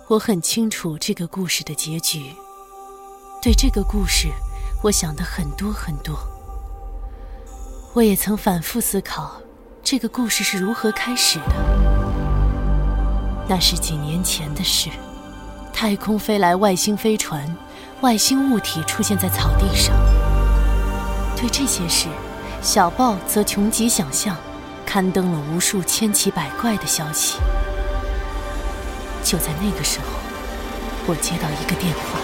我很清楚这个故事的结局，对这个故事我想得很多很多。我也曾反复思考这个故事是如何开始的。那是几年前的事，太空飞来外星飞船，外星物体出现在草地上。对这些事，小报则穷极想象，刊登了无数千奇百怪的消息。就在那个时候，我接到一个电话，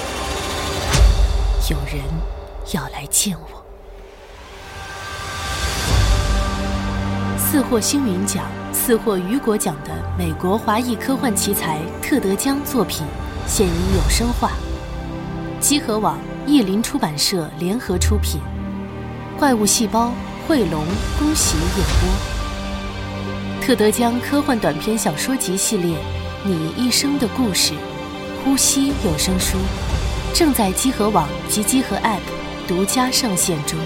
有人要来见我。4获星云奖、4获雨果奖的美国华裔科幻奇才特德·江作品现已有声化，积禾网、译林出版社联合出品，怪物细胞、汇龙恭喜演播。特德·江科幻短篇小说集系列《你一生的故事》呼吸有声书正在积禾网及积禾 App 独家上线中。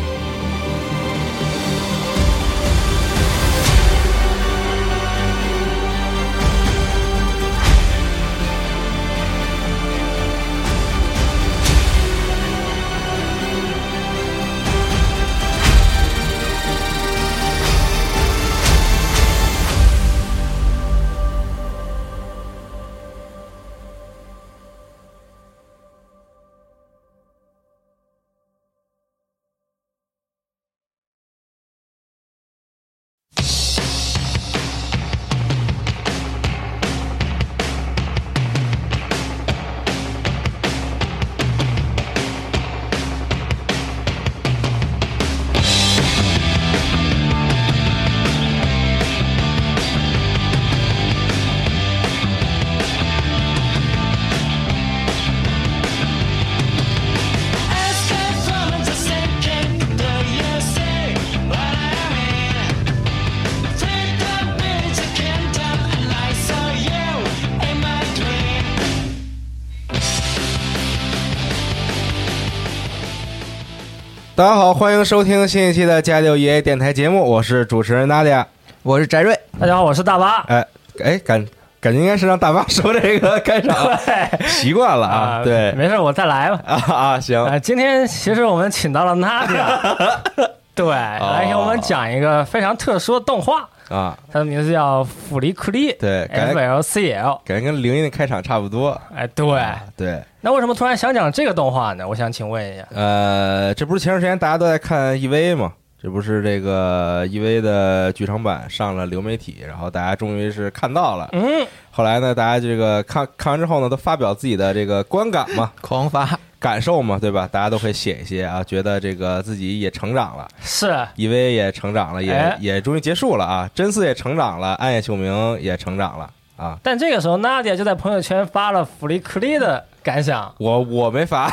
大家好，欢迎收听新一期的加六爷电台节目，我是主持人娜迪亚， 我是翟瑞。 大家好，我是大巴。 感觉应该是让大巴说这个开场，习惯了啊。对， 没事，我再来吧。 行。 今天其实我们请到了娜迪亚，对，来给我们讲一个非常特殊的动画啊，它的名字叫弗利库利， 对 ，FLCL， 感觉跟灵异的开场差不多。 对。那为什么突然想讲这个动画呢？我想请问一下。 这不是前段时间大家都在看 EV 吗？这不是这个 EV 的剧场版上了流媒体，然后大家终于是看到了。后来呢，大家这个看完之后呢，都发表自己的这个观感嘛， 狂发感受嘛，对吧？大家都会写一些啊，觉得这个自己也成长了， 是 EV 也成长了，也终于结束了啊，真嗣也成长了，暗夜秀明也成长了啊。 但这个时候，娜迪亚就在朋友圈发了弗利库利的感想， 我没发。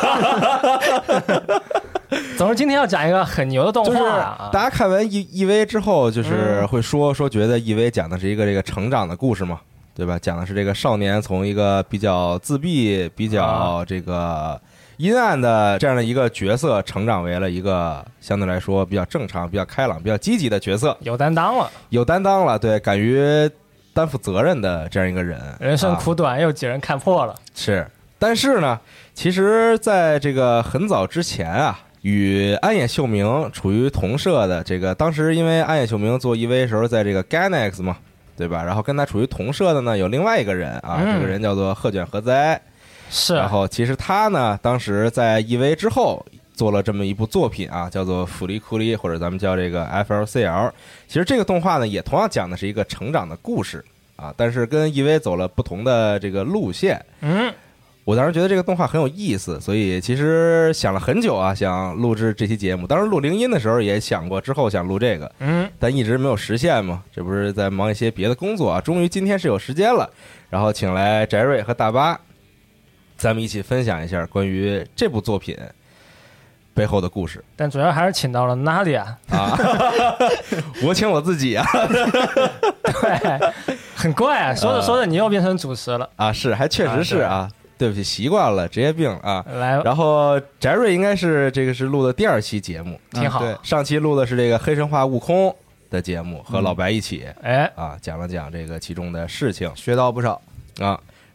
总之今天要讲一个很牛的动画，就是大家看完 EV 之后，就是会说觉得 EV 讲的是一个这个成长的故事嘛，对吧？讲的是这个少年从一个比较自闭、比较这个阴暗的这样的一个角色，成长为了一个相对来说比较正常、比较开朗、比较积极的角色， 有担当了， 对，敢于担负责任的这样一个人。 人生苦短，又几人看破了。 是，但是呢，其实在这个很早之前啊，与安野秀明处于同社的这个，当时因为安野秀明做 EV 的时候在这个 Gainax 嘛，对吧？然后跟他处于同社的呢有另外一个人啊，这个人叫做鹤卷和哉。 是。 然后其实他呢，当时在 EV 之后做了这么一部作品啊，叫做弗利库利，或者咱们叫这个 FLCL。其实这个动画呢，也同样讲的是一个成长的故事啊，但是跟 EV 走了不同的这个路线。我当时觉得这个动画很有意思，所以其实想了很久啊，想录制这期节目。当时录铃音的时候也想过，之后想录这个，但一直没有实现嘛。这不是在忙一些别的工作啊，终于今天是有时间了，然后请来翟瑞和大巴，咱们一起分享一下关于这部作品背后的故事。 但主要还是请到了娜迪亚啊，我请我自己啊。 对，很怪啊，说着说着你又变成主持了啊，是，还确实是啊。对不起，习惯了，职业病啊。 来， 然后翟瑞应该是这个是录的第2期节目， 挺好。 对，上期录的是这个黑神话悟空的节目，和老白一起，讲了讲这个其中的事情， 学到不少啊。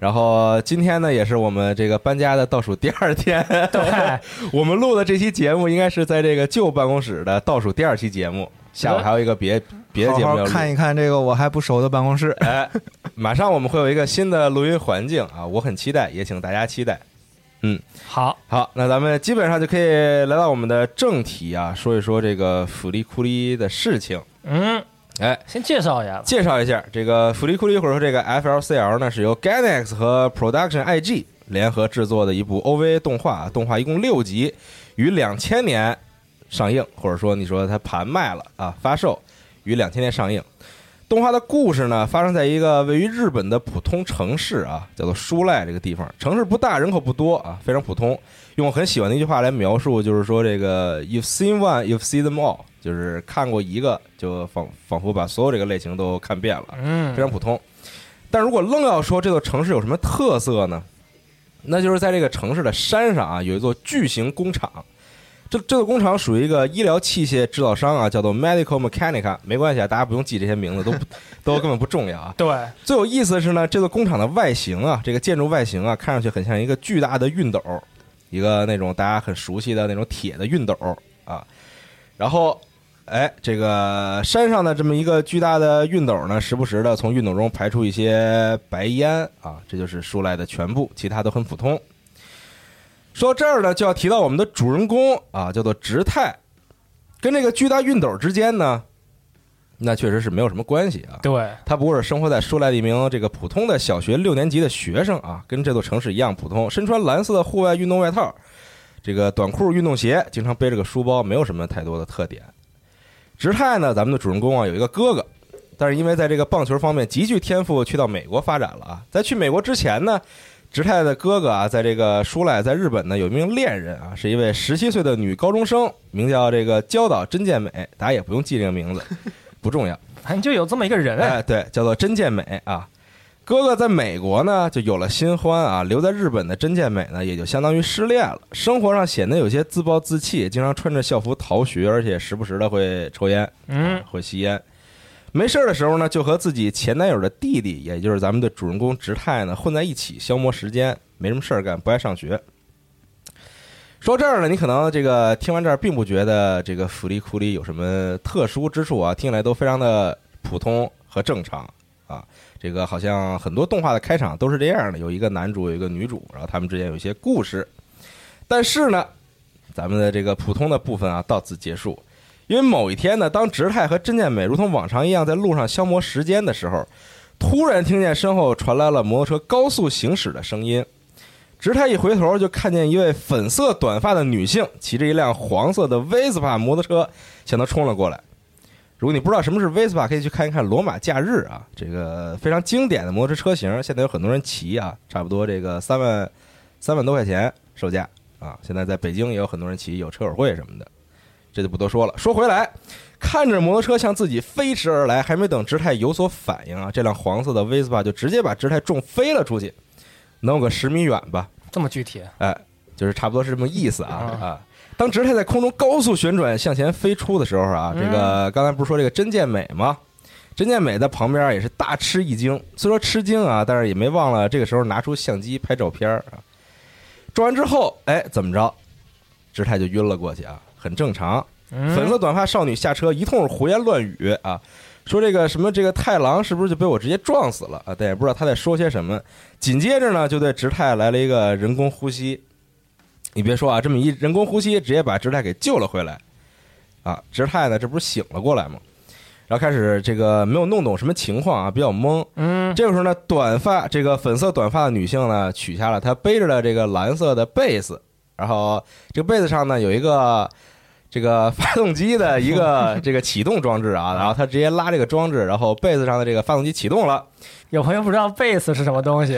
然后今天呢，也是我们这个搬家的倒数第2天。 对， 我们录的这期节目应该是在这个旧办公室的倒数第2期节目。下午还有一个别的节目要录， 好好看一看这个我还不熟的办公室。 哎，马上我们会有一个新的录音环境啊，我很期待，也请大家期待。 好， 那咱们基本上就可以来到我们的正题啊，说一说这个福利库里的事情。 先介绍一下这个福利库里或者说这个 FLCL 呢，是由 Gainax 和 Production IG 联合制作的一部 OVA 动画，动画一共6集，于2000年上映，或者说你说它盘卖了啊，发售于2000年上映。动画的故事呢，发生在一个位于日本的普通城市啊，叫做书赖这个地方。城市不大，人口不多啊，非常普通。用我很喜欢的一句话来描述，就是说这个 "You've seen one, you've seen them all"， 就是看过一个，就仿佛把所有这个类型都看遍了。非常普通。但如果愣要说这座城市有什么特色呢？那就是在这个城市的山上啊，有一座巨型工厂。这座工厂属于一个医疗器械制造商啊，叫做 Medical Mechanica。没关系啊，大家不用记这些名字，都根本不重要啊。 对， 最有意思的是呢，这座工厂的外形啊，这个建筑外形啊，看上去很像一个巨大的熨斗，一个那种大家很熟悉的那种铁的熨斗啊。然后，这个山上的这么一个巨大的熨斗呢，时不时的从熨斗中排出一些白烟啊，这就是书赖的全部，其他都很普通。说到这儿呢，就要提到我们的主人公啊，叫做直太，跟这个巨大熨斗之间呢，那确实是没有什么关系啊。 对， 他不过是生活在书赖的一名这个普通的小学6年级的学生啊，跟这座城市一样普通，身穿蓝色的户外运动外套，这个短裤运动鞋，经常背着个书包，没有什么太多的特点。直太呢，咱们的主人公啊有一个哥哥，但是因为在这个棒球方面极具天赋，去到美国发展了啊。在去美国之前呢，直太的哥哥啊，在这个书赖在日本呢有一名恋人啊，是一位17岁的女高中生，名叫这个焦岛真剑美，大家也不用记这个名字，不重要， 反正就有这么一个人对，叫做真剑美啊。哥哥在美国呢就有了新欢啊，留在日本的真剑美呢也就相当于失恋了，生活上显得有些自暴自弃，经常穿着校服逃学，而且时不时的会抽烟，会吸烟。没事的时候呢，就和自己前男友的弟弟，也就是咱们的主人公直太呢，混在一起消磨时间，没什么事儿干，不爱上学。说这儿呢，你可能这个听完这儿并不觉得这个福利库里有什么特殊之处啊，听起来都非常的普通和正常啊。这个好像很多动画的开场都是这样的，有一个男主有一个女主，然后他们之间有一些故事。但是呢，咱们的这个普通的部分啊到此结束。因为某一天呢，当直太和真剑美如同往常一样在路上消磨时间的时候，突然听见身后传来了摩托车高速行驶的声音。直太一回头就看见一位粉色短发的女性骑着一辆黄色的 Vespa 摩托车向他冲了过来。如果你不知道什么是 Vespa， 可以去看一看《罗马假日》啊，这个非常经典的摩托车车型，现在有很多人骑啊，差不多这个3万多块钱售价啊。现在在北京也有很多人骑，有车友会什么的。这就不多说了。说回来，看着摩托车向自己飞驰而来，还没等直太有所反应啊，这辆黄色的 Vespa 就直接把直太撞飞了出去，能有个10米远吧。 这么具体？ 就是差不多是这么意思啊。当直太在空中高速旋转向前飞出的时候啊，这个刚才不是说这个真剑美吗？真剑美在旁边也是大吃一惊，虽说吃惊啊，但是也没忘了这个时候拿出相机拍照片啊。撞完之后，怎么着？直太就晕了过去啊。很正常，粉色短发少女下车一通胡言乱语啊，说这个什么这个太郎是不是就被我直接撞死了啊？但也不知道他在说些什么。紧接着呢，就对直太来了一个人工呼吸。你别说啊，这么一人工呼吸，直接把直太给救了回来啊！直太呢，这不是醒了过来吗？然后开始这个没有弄懂什么情况啊，比较懵。这个时候呢，这个粉色短发的女性呢，取下了她背着的这个蓝色的贝斯，然后这个贝斯上呢有一个这个发动机的一个这个启动装置啊，然后他直接拉这个装置，然后贝斯上的这个发动机启动了。 有朋友不知道贝斯是什么东西，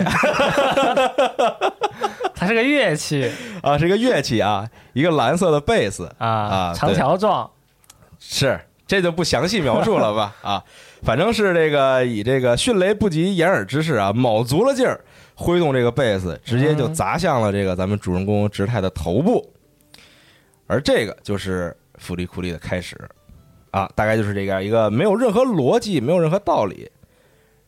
它是个乐器啊，是个乐器啊，一个蓝色的贝斯啊，长条状。 是，这就不详细描述了吧啊，反正是这个以这个迅雷不及掩耳之势啊，卯足了劲儿挥动这个贝斯，直接就砸向了这个咱们主人公直太的头部。而这个就是福利库里的开始，啊，大概就是这样一个没有任何逻辑、没有任何道理，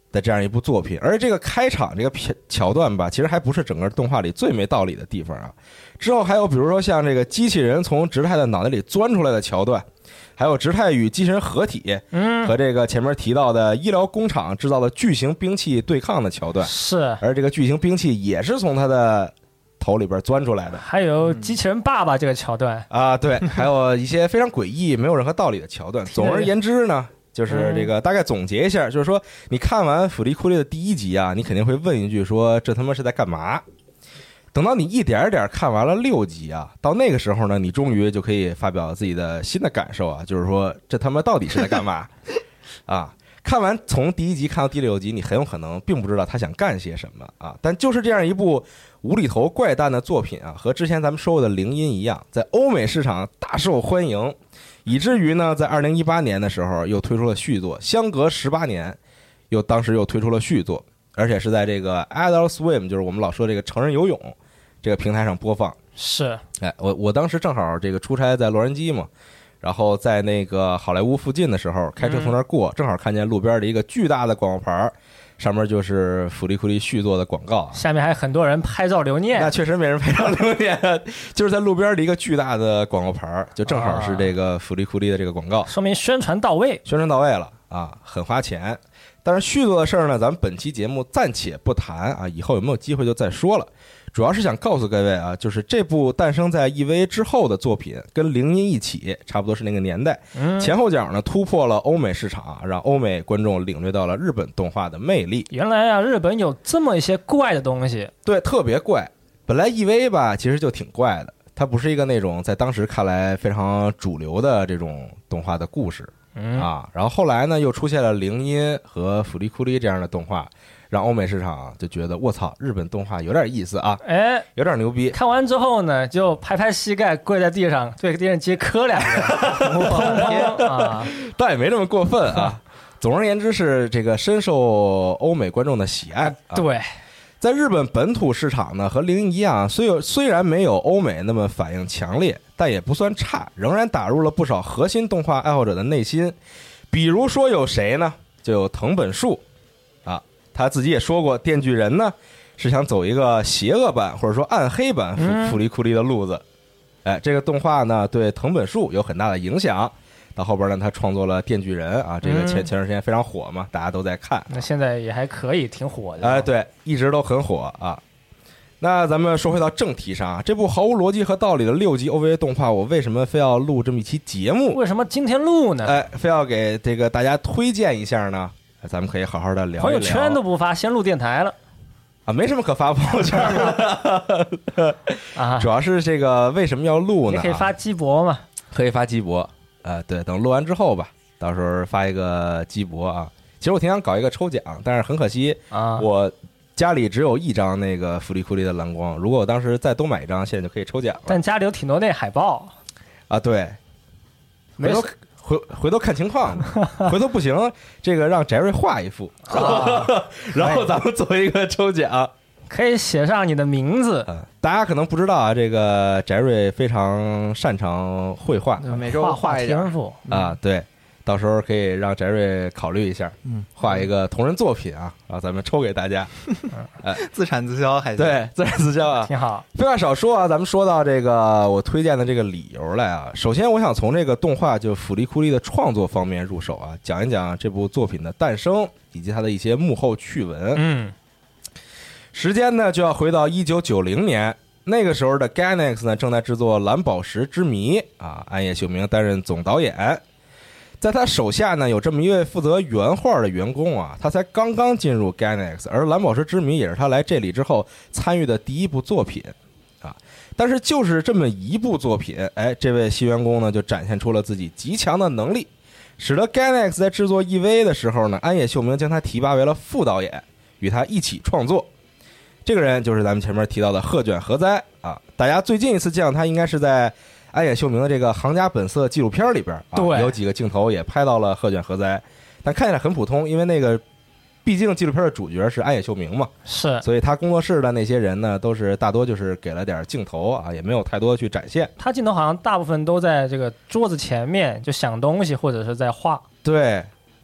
的这样一部作品。而这个开场这个桥段吧，其实还不是整个动画里最没道理的地方啊。之后还有比如说像这个机器人从直太的脑袋里钻出来的桥段，还有直太与机器人合体，和这个前面提到的医疗工厂制造的巨型兵器对抗的桥段， 是， 而这个巨型兵器也是从他的头里边钻出来的。 还有机器人爸爸这个桥段啊，对，还有一些非常诡异、没有任何道理的桥段。总而言之呢，就是这个大概总结一下，就是说你看完《福利库利》的第一集啊，你肯定会问一句说这他妈是在干嘛？等到你一点点看完了6集啊，到那个时候呢，你终于就可以发表自己的新的感受啊，就是说这他妈到底是在干嘛啊？看完从第1集看到第6集，你很有可能并不知道他想干些什么啊。但就是这样一部无厘头怪诞的作品啊，和之前咱们说过的《灵音》一样，在欧美市场大受欢迎，以至于呢，在2018年的时候又推出了续作，相隔18年，当时又推出了续作，而且是在这个 Adult Swim， 就是我们老说这个成人游泳这个平台上播放。 是， 哎，我当时正好这个出差在洛杉矶嘛。然后在那个好莱坞附近的时候，开车从那儿过，正好看见路边的一个巨大的广告牌，上面就是福利库利续作的广告， 下面还很多人拍照留念。 那确实没人拍照留念，就是在路边的一个巨大的广告牌，就正好是这个福利库利的这个广告， 说明宣传到位， 宣传到位了啊，很花钱。但是续作的事儿呢，咱们本期节目暂且不谈啊，以后有没有机会就再说了。主要是想告诉各位啊，就是这部诞生在 EVA 之后的作品，跟灵音一起，差不多是那个年代，前后脚呢突破了欧美市场，让欧美观众领略到了日本动画的魅力。 原来啊，日本有这么一些怪的东西， 对，特别怪。本来 EVA 吧，其实就挺怪的，它不是一个那种在当时看来非常主流的这种动画的故事啊。然后后来呢，又出现了灵音和福利库利这样的动画。让欧美市场就觉得我操，日本动画有点意思啊， 哎， 有点牛逼。 看完之后呢，就拍拍膝盖，跪在地上对电视机磕2个，啊， 倒也没这么过分啊。总而言之是这个深受欧美观众的喜爱。 对， 在日本本土市场呢，和灵一样，虽然没有欧美那么反应强烈，但也不算差，仍然打入了不少核心动画爱好者的内心。比如说有谁呢？就有藤本树。他自己也说过，电锯人呢是想走一个邪恶版或者说暗黑版福利库利的路子。哎，这个动画呢对藤本树有很大的影响。到后边呢，他创作了电锯人啊，这个前段时间非常火嘛，大家都在看。 那现在也还可以，挺火的。 哎，对，一直都很火啊。那咱们说回到正题上啊，这部毫无逻辑和道理的6集 OVA 动画，我为什么非要录这么一期节目？ 为什么今天录呢？ 哎，非要给这个大家推荐一下呢？咱们可以好好的聊一聊。 朋友圈都不发，先录电台了啊，没什么可发朋友圈的啊。主要是这个为什么要录呢？ 你可以发鸡博嘛， 可以发鸡博。对，等录完之后吧，到时候发一个鸡博啊。其实我挺想搞一个抽奖，但是很可惜啊，我家里只有1张那个福利库利的蓝光。如果我当时再多买1张，现在就可以抽奖了。 但家里有挺多那海报啊，对，回头看情况，回头不行，这个让翟瑞画一幅，然后咱们做一个抽奖， 可以写上你的名字。 大家可能不知道啊，这个翟瑞非常擅长绘画， 每周画一点啊，对。到时候可以让翟瑞考虑一下，画一个同人作品啊，然后咱们抽给大家， 自产自销还行， 对，自产自销啊， 挺好。 废话少说啊，咱们说到这个我推荐的这个理由来啊。首先，我想从这个动画就福利库利的创作方面入手啊，讲一讲这部作品的诞生以及它的一些幕后趣闻。时间呢就要回到1990年，那个时候的 Gainax 呢正在制作《蓝宝石之谜》啊，安野秀明担任总导演。在他手下呢，有这么一位负责原画的员工啊，他才刚刚进入 Gainax， 而《蓝宝石之谜》也是他来这里之后参与的第一部作品啊。但是就是这么一部作品，哎，这位新员工呢就展现出了自己极强的能力，使得 Gainax 在制作 EVA 的时候呢，安野秀明将他提拔为了副导演，与他一起创作。这个人就是咱们前面提到的鹤卷和哉啊。大家最近一次见到他应该是在安野秀明的这个《行家本色》纪录片里边啊，有几个镜头也拍到了鹤卷和哉，但看起来很普通，因为那个毕竟纪录片的主角是安野秀明嘛， 是， 所以他工作室的那些人呢，都是大多就是给了点镜头啊，也没有太多去展现。 他镜头好像大部分都在这个桌子前面就想东西，或者是在画。 对，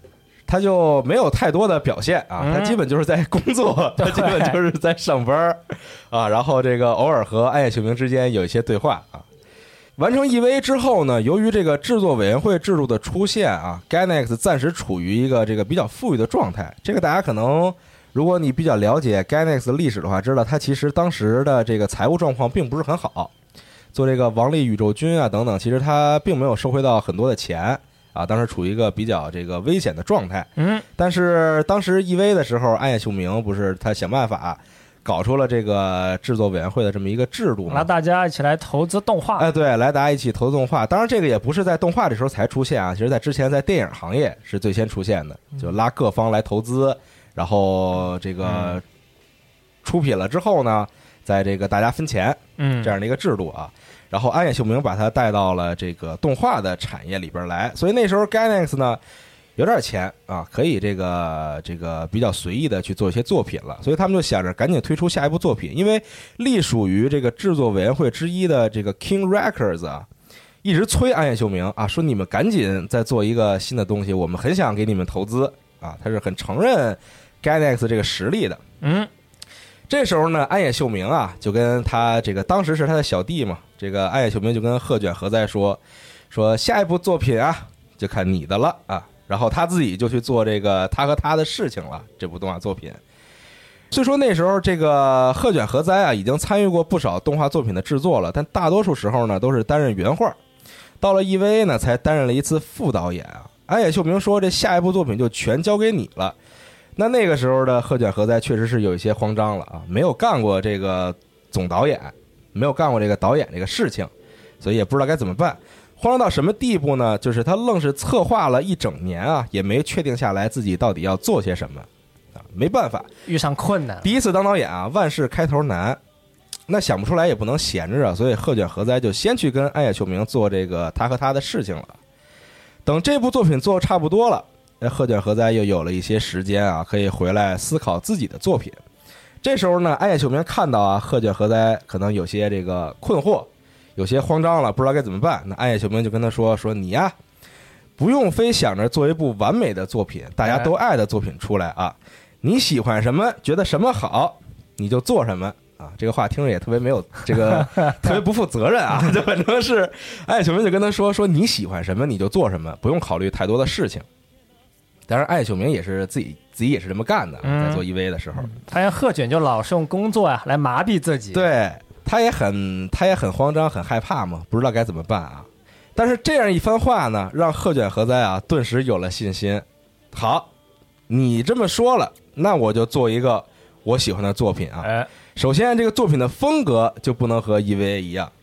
他就没有太多的表现啊，他基本就是在工作，他基本就是在上班啊，然后这个偶尔和暗夜秀明之间有一些对话啊。完成 EVA 之后呢，由于这个制作委员会制度的出现啊 ，Gainax 暂时处于一个这个比较富裕的状态。这个大家可能，如果你比较了解 Gainax 的历史的话，知道它其实当时的这个财务状况并不是很好。做这个王力宇宙军啊等等，其实它并没有收回到很多的钱啊，当时处于一个比较这个危险的状态。但是当时 EVA 的时候，暗夜秀明不是他想办法搞出了这个制作委员会的这么一个制度嘛， 来大家一起来投资动画。 对，来大家一起投资动画。当然，这个也不是在动画的时候才出现啊，其实在之前在电影行业是最先出现的，就拉各方来投资，然后这个出品了之后呢，在这个大家分钱，这样的一个制度啊。然后暗夜秀明把它带到了这个动画的产业里边来，所以那时候 Gainax 呢有点钱啊，可以这个比较随意的去做一些作品了，所以他们就想着赶紧推出下一部作品，因为隶属于这个制作委员会之一的这个 King Records 啊，一直催暗夜秀明啊，说你们赶紧再做一个新的东西，我们很想给你们投资啊，他是很承认 Gainax 这个实力的。这时候呢，暗夜秀明啊就跟他这个当时是他的小弟嘛，这个暗夜秀明就跟鹤卷和哉说下一部作品啊就看你的了啊。然后他自己就去做这个他和他的事情了，这部动画作品。虽说那时候这个鹤卷和哉啊已经参与过不少动画作品的制作了，但大多数时候呢都是担任原画，到了 EVA 呢才担任了一次副导演啊。安野秀明说这下一部作品就全交给你了。那个时候的鹤卷和哉确实是有一些慌张了啊，没有干过这个总导演，没有干过这个导演这个事情，所以也不知道该怎么办。慌张到什么地步呢？就是他愣是策划了一整年啊，也没确定下来自己到底要做些什么啊，没办法， 遇上困难。 第一次当导演啊，万事开头难，那想不出来也不能闲着啊，所以鹤卷和哉就先去跟安野秀明做这个他和他的事情了。等这部作品做差不多了，鹤卷和哉又有了一些时间啊，可以回来思考自己的作品。这时候呢，安野秀明看到啊，鹤卷和哉可能有些这个困惑，有些慌张了，不知道该怎么办。那安野秀明就跟他说你呀，不用非想着做一部完美的作品，大家都爱的作品出来啊，你喜欢什么，觉得什么好，你就做什么啊。这个话听着也特别没有这个特别不负责任啊，就反正是安野秀明就跟他说你喜欢什么你就做什么，不用考虑太多的事情。当然安野秀明也是自己也是这么干的，在做 EVA 的时候， 发现鹤卷就老是用工作来麻痹自己， 对，他也很慌张，很害怕嘛，不知道该怎么办啊。但是这样一番话呢，让鹤卷和哉啊顿时有了信心。好，你这么说了，那我就做一个我喜欢的作品啊。首先这个作品的风格就不能和 EVA 一样，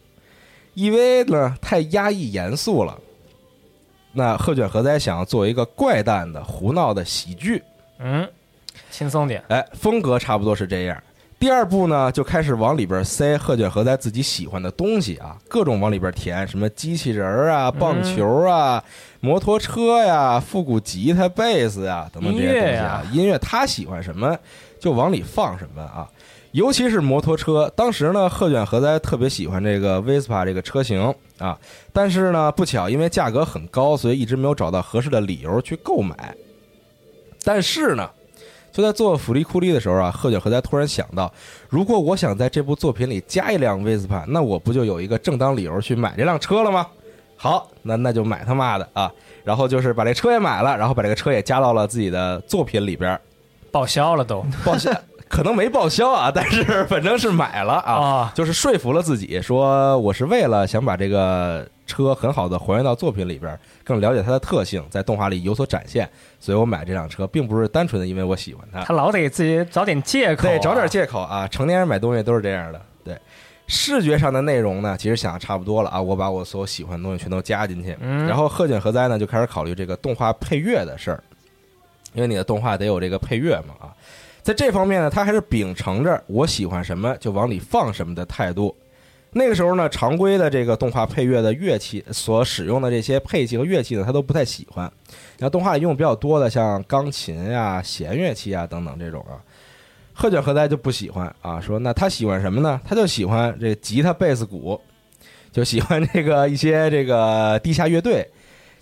EVA 呢太压抑严肃了，那鹤卷和哉想要做一个怪诞的胡闹的喜剧， 轻松点， 风格差不多是这样。第二步呢，就开始往里边塞鹤卷和哉自己喜欢的东西啊，各种往里边填，什么机器人啊、棒球啊、摩托车呀、复古吉他、贝斯呀等等这些东西啊。音乐他喜欢什么就往里放什么啊。尤其是摩托车，当时呢，鹤卷和哉特别喜欢这个 Vespa 这个车型啊，但是呢，不巧因为价格很高，所以一直没有找到合适的理由去购买。但是呢，就在做福利库利的时候啊，鹤卷和哉突然想到，如果我想在这部作品里加一辆 Vespa， 那我不就有一个正当理由去买这辆车了吗？好，那就买他妈的啊！然后就是把这车也买了，然后把这个车也加到了自己的作品里边， 报销了都， 报销。可能没报销啊，但是反正是买了啊，就是说服了自己，说我是为了想把这个车很好的还原到作品里边，更了解它的特性，在动画里有所展现，所以我买这辆车，并不是单纯的因为我喜欢它。 他老得给自己找点借口， 对，找点借口啊！成年人买东西都是这样的。对，视觉上的内容呢，其实想的差不多了啊，我把我所有喜欢的东西全都加进去，然后鹤卷和哉呢就开始考虑这个动画配乐的事儿，因为你的动画得有这个配乐嘛啊。在这方面呢，他还是秉承着我喜欢什么就往里放什么的态度。那个时候呢，常规的这个动画配乐的乐器所使用的这些配器和乐器呢，他都不太喜欢。然后动画里用比较多的像钢琴啊、弦乐器啊等等这种啊，鹤卷和哉就不喜欢啊，说那他喜欢什么呢？他就喜欢这吉他、贝斯、鼓，就喜欢这个一些这个地下乐队。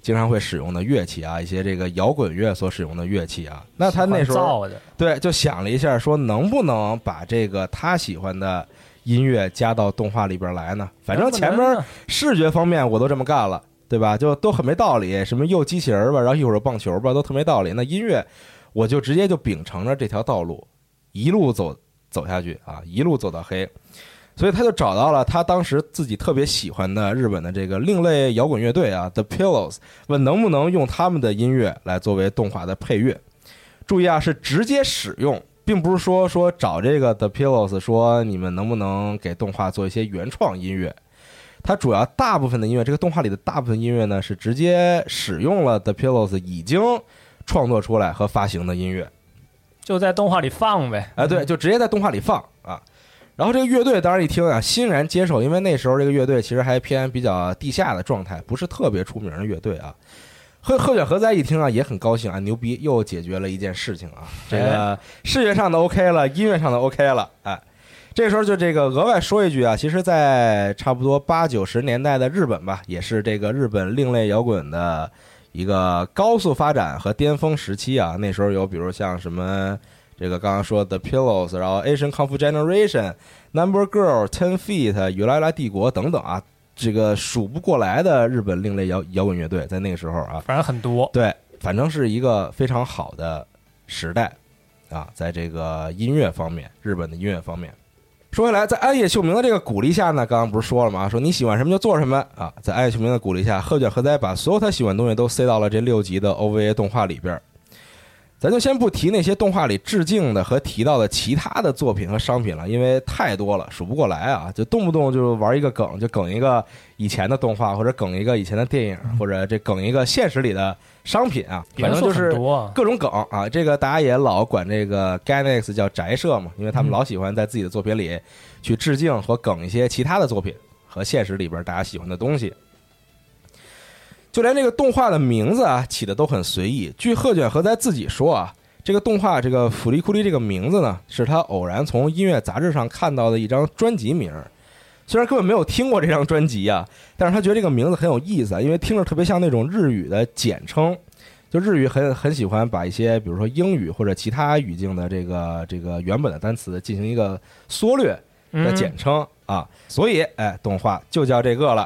经常会使用的乐器啊，一些这个摇滚乐所使用的乐器啊。那他那时候对就想了一下，说能不能把这个他喜欢的音乐加到动画里边来呢？反正前面视觉方面我都这么干了，对吧？就都很没道理，什么又机器人吧，然后一会儿棒球吧，都特没道理。那音乐我就直接就秉承着这条道路，一路走下去啊，一路走到黑。所以他就找到了他当时自己特别喜欢的日本的这个另类摇滚乐队啊 The Pillows， 问能不能用他们的音乐来作为动画的配乐。注意啊，是直接使用，并不是说找这个 The Pillows 说你们能不能给动画做一些原创音乐。它主要大部分的音乐，这个动画里的大部分音乐呢，是直接使用了 The Pillows 已经创作出来和发行的音乐， 就在动画里放呗。 对，就直接在动画里放啊。然后这个乐队当然一听啊，欣然接受，因为那时候这个乐队其实还偏比较地下的状态，不是特别出名的乐队啊。鹤卷和哉一听啊也很高兴啊，牛逼，又解决了一件事情啊，这个视觉上的 OK 了，音乐上的 OK 了，哎，这时候就这个额外说一句啊，其实在差不多80、90年代的日本吧，也是这个日本另类摇滚的一个高速发展和巅峰时期啊。那时候有比如像什么这个刚刚说的 The Pillows， 然后 Asian Kung Fu Generation、Number Girl、10 Feet、尤拉拉帝国等等啊，这个数不过来的日本另类摇滚乐队在那个时候啊， 反正很多。 对，反正是一个非常好的时代啊，在这个音乐方面，日本的音乐方面。说回来，在安野秀明的这个鼓励下呢，刚刚不是说了吗？说你喜欢什么就做什么啊！在安野秀明的鼓励下，鹤卷和哉把所有他喜欢的东西都塞到了这6集的 OVA 动画里边。咱就先不提那些动画里致敬的和提到的其他的作品和商品了，因为太多了，数不过来啊！就动不动就玩一个梗，就梗一个以前的动画，或者梗一个以前的电影，或者这梗一个现实里的商品啊，反正就是各种梗啊。这个大家也老管这个 Gainax 叫宅社嘛，因为他们老喜欢在自己的作品里去致敬和梗一些其他的作品和现实里边大家喜欢的东西。就连这个动画的名字啊起的都很随意。据鹤卷和哉自己说啊，这个动画这个福利库里这个名字呢，是他偶然从音乐杂志上看到的一张专辑名。虽然根本没有听过这张专辑啊，但是他觉得这个名字很有意思啊，因为听着特别像那种日语的简称。就日语很喜欢把一些比如说英语或者其他语境的这个原本的单词进行一个缩略的简称啊，所以动画就叫这个了。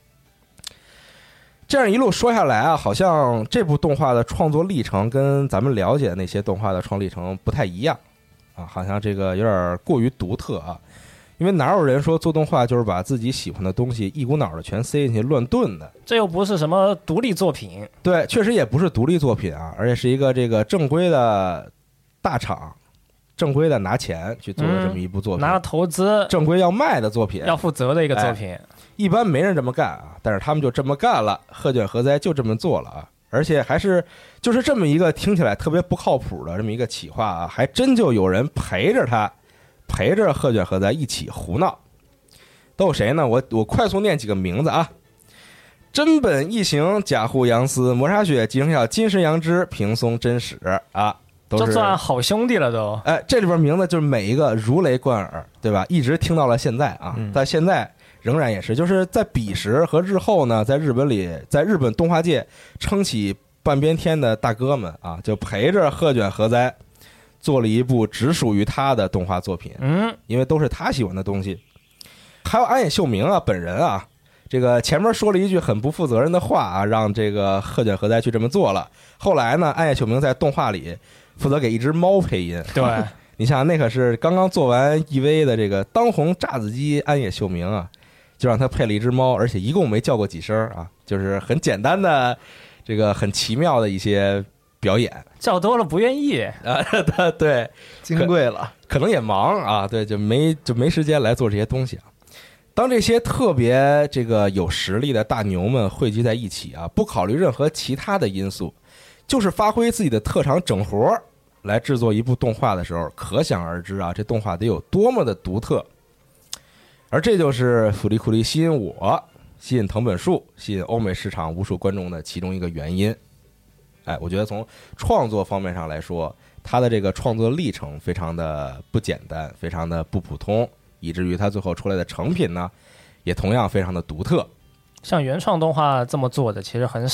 这样一路说下来啊，好像这部动画的创作历程跟咱们了解的那些动画的创历程不太一样啊，好像这个有点过于独特啊。因为哪有人说做动画就是把自己喜欢的东西一股脑的全塞进去乱炖的？ 这又不是什么独立作品。 对，确实也不是独立作品啊，而且是一个这个正规的大厂，正规的拿钱去做的这么一部作品， 拿了投资， 正规要卖的作品， 要负责的一个作品。 一般没人这么干啊，但是他们就这么干了，鹤卷和哉就这么做了啊，而且还是就是这么一个听起来特别不靠谱的这么一个企划啊，还真就有人陪着他，陪着鹤卷和哉一起胡闹。都有谁呢？我快速念几个名字啊：真本一行、甲户洋司、磨砂雪、吉生孝、金石阳之、平松真史啊，都是这算好兄弟了都。 这里边名字就是每一个如雷贯耳，对吧？一直听到了现在啊，在现在仍然也是，就是在彼时和日后呢，在日本动画界撑起半边天的大哥们啊，就陪着鹤卷和哉做了一部只属于他的动画作品。因为都是他喜欢的东西。还有安野秀明啊，本人啊，这个前面说了一句很不负责任的话啊，让这个鹤卷和哉去这么做了。后来呢，安野秀明在动画里负责给一只猫配音。 对， 你想那可是刚刚做完 EV 的这个当红炸子鸡安野秀明啊，就让他配了一只猫，而且一共没叫过几声啊，就是很简单的这个很奇妙的一些表演， 叫多了不愿意啊，对， 金贵了， 可能也忙啊，对，就没时间来做这些东西啊。当这些特别这个有实力的大牛们汇集在一起啊，不考虑任何其他的因素，就是发挥自己的特长整活来制作一部动画的时候，可想而知啊，这动画得有多么的独特。而这就是福利库里吸引我、吸引藤本树、吸引欧美市场无数观众的其中一个原因。我觉得从创作方面上来说，他的这个创作历程非常的不简单，非常的不普通，以至于他最后出来的成品呢，也同样非常的独特。 像原创动画这么做的其实很少。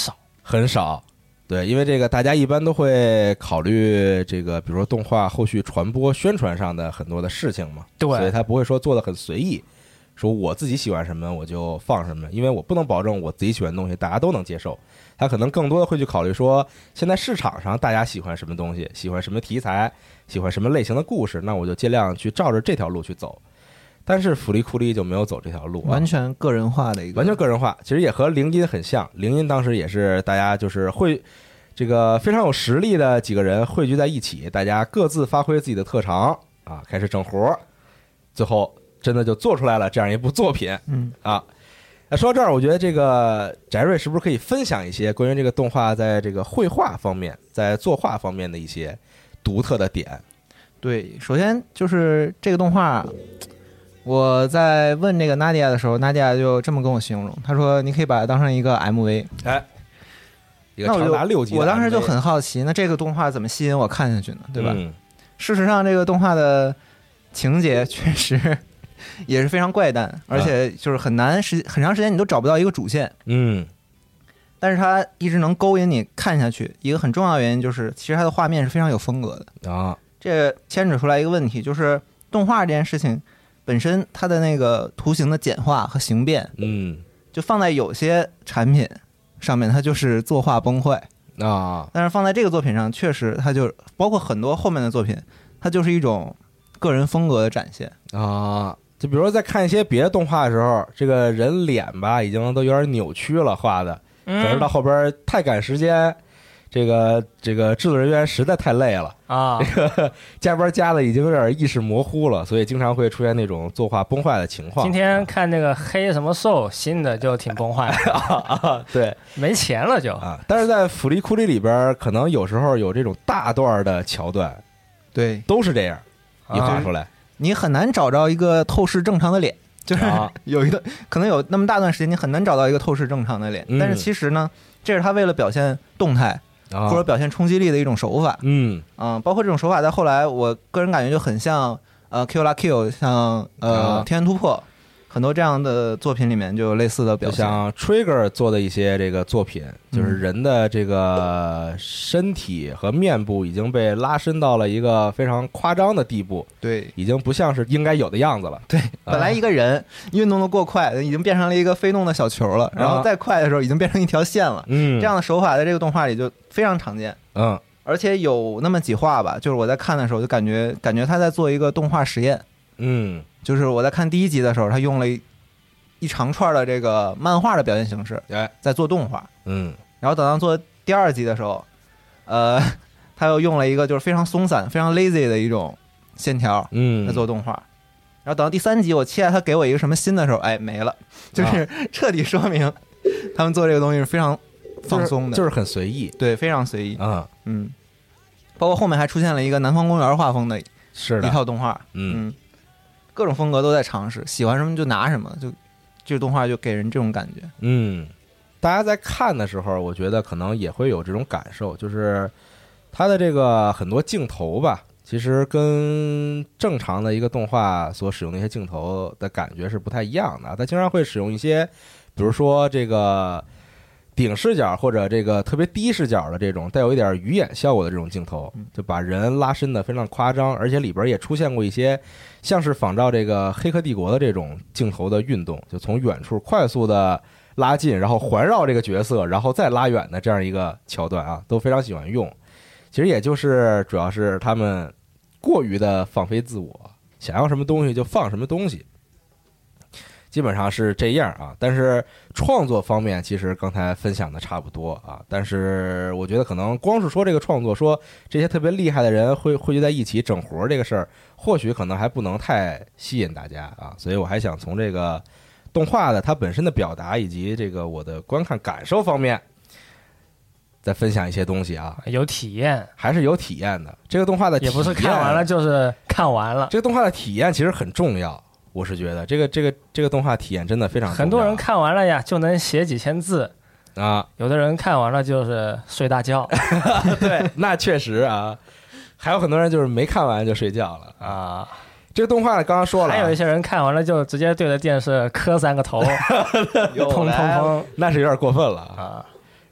很少。对，因为这个大家一般都会考虑这个，比如说动画后续传播宣传上的很多的事情嘛， 对， 所以他不会说做的很随意，说我自己喜欢什么我就放什么，因为我不能保证我自己喜欢的东西大家都能接受，他可能更多的会去考虑说现在市场上大家喜欢什么东西，喜欢什么题材，喜欢什么类型的故事，那我就尽量去照着这条路去走。但是福利库里就没有走这条路， 完全个人化的一个， 完全个人化，其实也和灵音很像。灵音当时也是大家就是会这个非常有实力的几个人汇聚在一起，大家各自发挥自己的特长啊，开始整活，最后真的就做出来了这样一部作品。那说到这儿，我觉得这个翟瑞是不是可以分享一些关于这个动画在这个绘画方面，在作画方面的一些独特的点？ 对，首先就是这个动画。我在问这个 Nadia 的时候 ，Nadia 就这么跟我形容，他说：“你可以把它当成一个 MV， 一个长达6集的 MV。” 我当时就很好奇，那这个动画怎么吸引我看下去呢？对吧？事实上，这个动画的情节确实也是非常怪诞，而且就是很长时间你都找不到一个主线。但是它一直能勾引你看下去，一个很重要的原因就是，其实它的画面是非常有风格的啊。 这牵扯出来一个问题，就是动画这件事情。本身它的那个图形的简化和形变，就放在有些产品上面，它就是作画崩坏啊。 但是放在这个作品上，确实它就包括很多后面的作品，它就是一种个人风格的展现啊。就比如说在看一些别的动画的时候，这个人脸吧已经都有点扭曲了画的，可是到后边太赶时间。这个制作人员实在太累了啊， 这个加班加的已经有点意识模糊了，所以经常会出现那种作画崩坏的情况。 今天看那个黑什么兽新的就挺崩坏的对， 没钱了就啊。但是在福利库里边，可能有时候有这种大段的桥段， 对， 都是这样一画出来， 你很难找着一个透视正常的脸，就是有一个可能有那么大段时间，你很难找到一个透视正常的脸。但是其实呢，这是他为了表现动态。或者表现冲击力的一种手法，包括这种手法在后来，我个人感觉就很像Kill la Kill， 像天元突破，很多这样的作品里面就有类似的表现。 像 Trigger 做的一些这个作品，就是人的这个身体和面部已经被拉伸到了一个非常夸张的地步， 对， 已经不像是应该有的样子了。 对，本来一个人运动的过快，已经变成了一个飞动的小球了，然后再快的时候已经变成一条线了。这样的手法在这个动画里就非常常见。而且有那么几话吧，就是我在看的时候就感觉他在做一个动画实验。就是我在看第1集的时候，他用了一长串的这个漫画的表现形式，在做动画。然后等到做第2集的时候，他又用了一个就是非常松散、非常 lazy 的一种线条，在做动画。然后等到第3集，我期待他给我一个什么新的时候，没了，就是彻底说明他们做这个东西是非常放松的， 就是很随意， 对，非常随意。包括后面还出现了一个南方公园画风的一套动画，各种风格都在尝试，喜欢什么就拿什么，就这个动画就给人这种感觉。 大家在看的时候，我觉得可能也会有这种感受，就是它的这个很多镜头吧，其实跟正常的一个动画所使用的一些镜头的感觉是不太一样的。它经常会使用一些，比如说这个顶视角或者这个特别低视角的这种带有一点鱼眼效果的这种镜头，就把人拉伸的非常夸张，而且里边也出现过一些像是仿照这个《黑客帝国》的这种镜头的运动，就从远处快速的拉近，然后环绕这个角色，然后再拉远的这样一个桥段啊，都非常喜欢用。其实也就是主要是他们过于的放飞自我，想要什么东西就放什么东西，基本上是这样啊。但是创作方面其实刚才分享的差不多啊，但是我觉得可能光是说这个创作，说这些特别厉害的人汇聚在一起整活这个事儿，或许可能还不能太吸引大家啊。所以我还想从这个动画的它本身的表达以及这个我的观看感受方面再分享一些东西啊。 有体验， 还是有体验的。这个动画的体验也不是看完了就是看完了， 这个动画的体验其实很重要。我是觉得这个动画体验真的非常重要。 很多人看完了呀就能写几千字啊， 有的人看完了就是睡大觉对，那确实啊。还有很多人就是没看完就睡觉了啊。这个动画刚刚说了， 还有一些人看完了就直接对着电视磕3个头，砰砰砰， 那是有点过分了啊。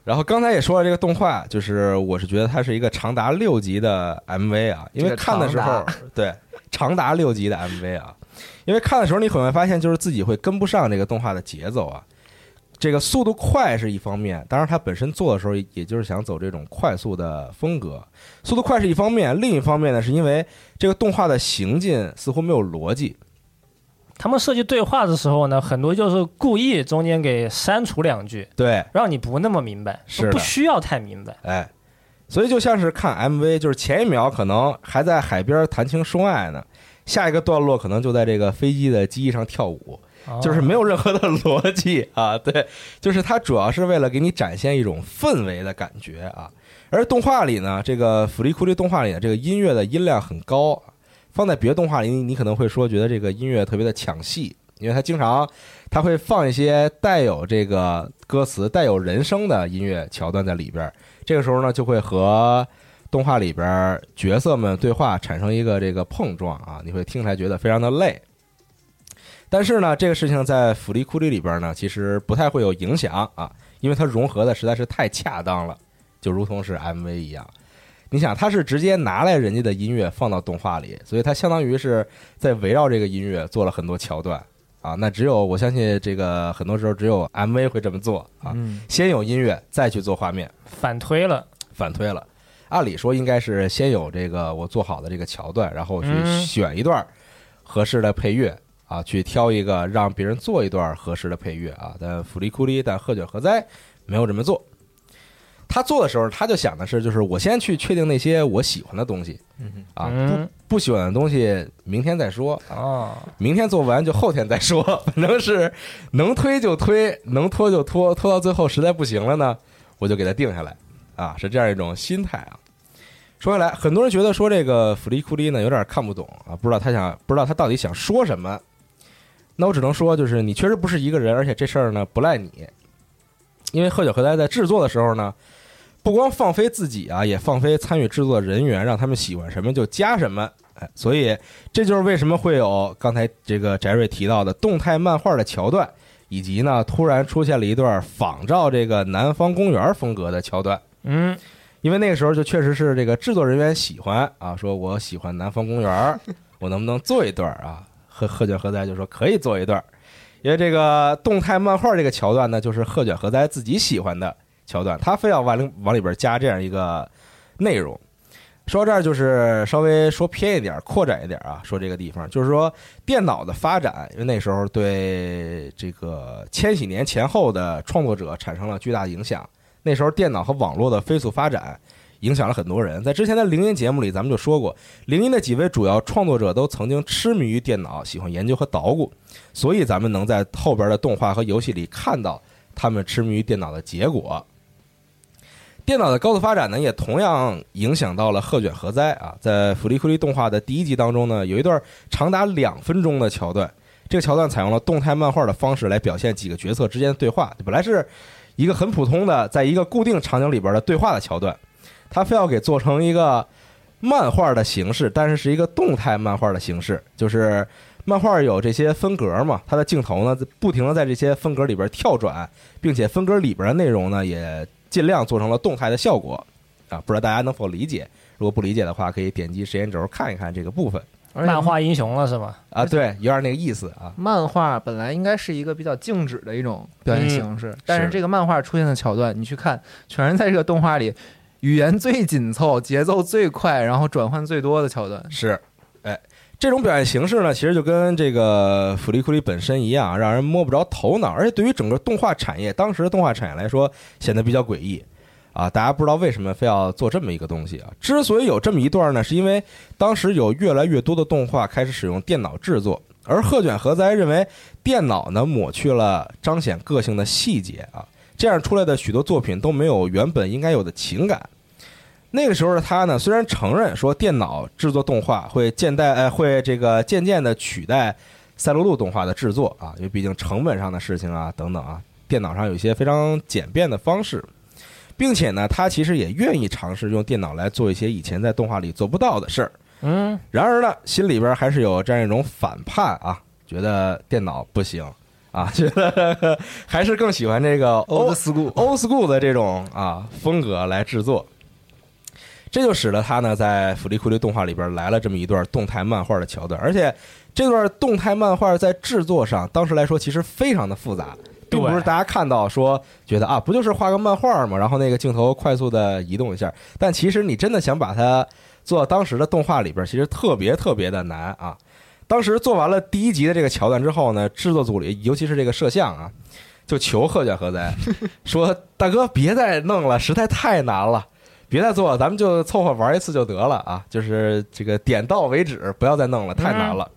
然后刚才也说了，这个动画就是我是觉得它是一个长达6集的 MV 啊，因为看的时候对长达6集的 MV 啊，因为看的时候你可能会发现就是自己会跟不上这个动画的节奏啊。这个速度快是一方面，当然它本身做的时候也就是想走这种快速的风格，速度快是一方面，另一方面呢是因为这个动画的行进似乎没有逻辑。 他们设计对话的时候呢，很多就是故意中间给删除2句， 对， 让你不那么明白，不需要太明白。 哎，所以就像是看 MV， 就是前一秒可能还在海边谈情说爱呢，下一个段落可能就在这个飞机的机翼上跳舞，就是没有任何的逻辑啊。对，就是它主要是为了给你展现一种氛围的感觉啊。而动画里呢，这个福利库利动画里的这个音乐的音量很高。放在别的动画里，你可能会说觉得这个音乐特别的抢戏，因为它经常它会放一些带有这个歌词、带有人声的音乐桥段在里边。这个时候呢，就会和动画里边角色们对话产生一个这个碰撞啊，你会听起来觉得非常的累。但是呢，这个事情在福利库里里边呢，其实不太会有影响啊，因为它融合的实在是太恰当了，就如同是 MV 一样。你想，他是直接拿来人家的音乐放到动画里，所以他相当于是在围绕这个音乐做了很多桥段啊。那只有我相信这个很多时候只有 MV 会这么做啊，先有音乐再去做画面， 反推了。 按理说应该是先有这个我做好的这个桥段，然后去选一段合适的配乐啊，去挑一个让别人做一段合适的配乐啊。但福利库利但鹤卷何哉没有这么做。他做的时候，他就想的是，就是我先去确定那些我喜欢的东西，啊，不喜欢的东西明天再说啊，明天做完就后天再说，反正是能推就推，能拖就拖，拖到最后实在不行了呢，我就给他定下来，啊，是这样一种心态啊。说回来，很多人觉得说这个福利库利呢有点看不懂啊，不知道他到底想说什么。那我只能说，就是你确实不是一个人，而且这事儿呢不赖你，因为鹤卷何哉在制作的时候呢。不光放飞自己啊，也放飞参与制作人员，让他们喜欢什么就加什么。哎，所以这就是为什么会有刚才这个翟瑞提到的动态漫画的桥段，以及呢突然出现了一段仿照这个南方公园风格的桥段。因为那个时候就确实是这个制作人员喜欢啊，说我喜欢南方公园，我能不能做一段啊？鹤卷何哉就说可以做一段，因为这个动态漫画这个桥段呢，就是鹤卷何哉自己喜欢的桥段，他非要往里边加这样一个内容。说到这儿，就是稍微说偏一点，扩展一点啊，说这个地方就是说电脑的发展，因为那时候对这个千禧年前后的创作者产生了巨大的影响。那时候电脑和网络的飞速发展影响了很多人。在之前的灵音节目里咱们就说过，灵音的几位主要创作者都曾经痴迷于电脑，喜欢研究和捣鼓，所以咱们能在后边的动画和游戏里看到他们痴迷于电脑的结果。电脑的高速发展呢，也同样影响到了鹤卷何哉啊。在福利库利动画的第1集当中呢，有一段长达2分钟的桥段，这个桥段采用了动态漫画的方式来表现几个角色之间的对话。本来是一个很普通的在一个固定场景里边的对话的桥段，他非要给做成一个漫画的形式，但是是一个动态漫画的形式，就是漫画有这些分格嘛，它的镜头呢不停的在这些分格里边跳转，并且分格里边的内容呢也尽量做成了动态的效果啊，不知道大家能否理解？如果不理解的话，可以点击时间轴看一看这个部分。 漫画英雄了是吧？ 啊，对，有点那个意思啊。 漫画本来应该是一个比较静止的一种表现形式，但是这个漫画出现的桥段，你去看，全是在这个动画里语言最紧凑、节奏最快，然后转换最多的桥段。 是，哎，这种表现形式呢，其实就跟这个福利库利本身一样，让人摸不着头脑，而且对于整个动画产业，当时的动画产业来说，显得比较诡异。啊，大家不知道为什么非要做这么一个东西啊？之所以有这么一段呢，是因为当时有越来越多的动画开始使用电脑制作，而鹤卷何哉认为电脑呢抹去了彰显个性的细节啊，这样出来的许多作品都没有原本应该有的情感。那个时候的他呢，虽然承认说电脑制作动画会渐渐的取代赛璐璐动画的制作啊，因为毕竟成本上的事情啊等等啊，电脑上有一些非常简便的方式。并且呢，他其实也愿意尝试用电脑来做一些以前在动画里做不到的事儿。然而呢，心里边还是有这样一种反叛啊，觉得电脑不行啊，觉得还是更喜欢这个 old school 的这种风格来制作。这就使得他呢在福利库里动画里边来了这么一段动态漫画的桥段，而且这段动态漫画在制作上当时来说其实非常的复杂，并不是大家看到说觉得不就是画个漫画嘛，然后那个镜头快速的移动一下，但其实你真的想把它做到当时的动画里边，其实特别特别的难啊。当时做完了第1集的这个桥段之后呢，制作组里尤其是这个摄像就求鹤卷和哉说大哥别再弄了，实在太难了，别再做了，咱们就凑合玩一次就得了啊，就是这个点到为止，不要再弄了，太难了。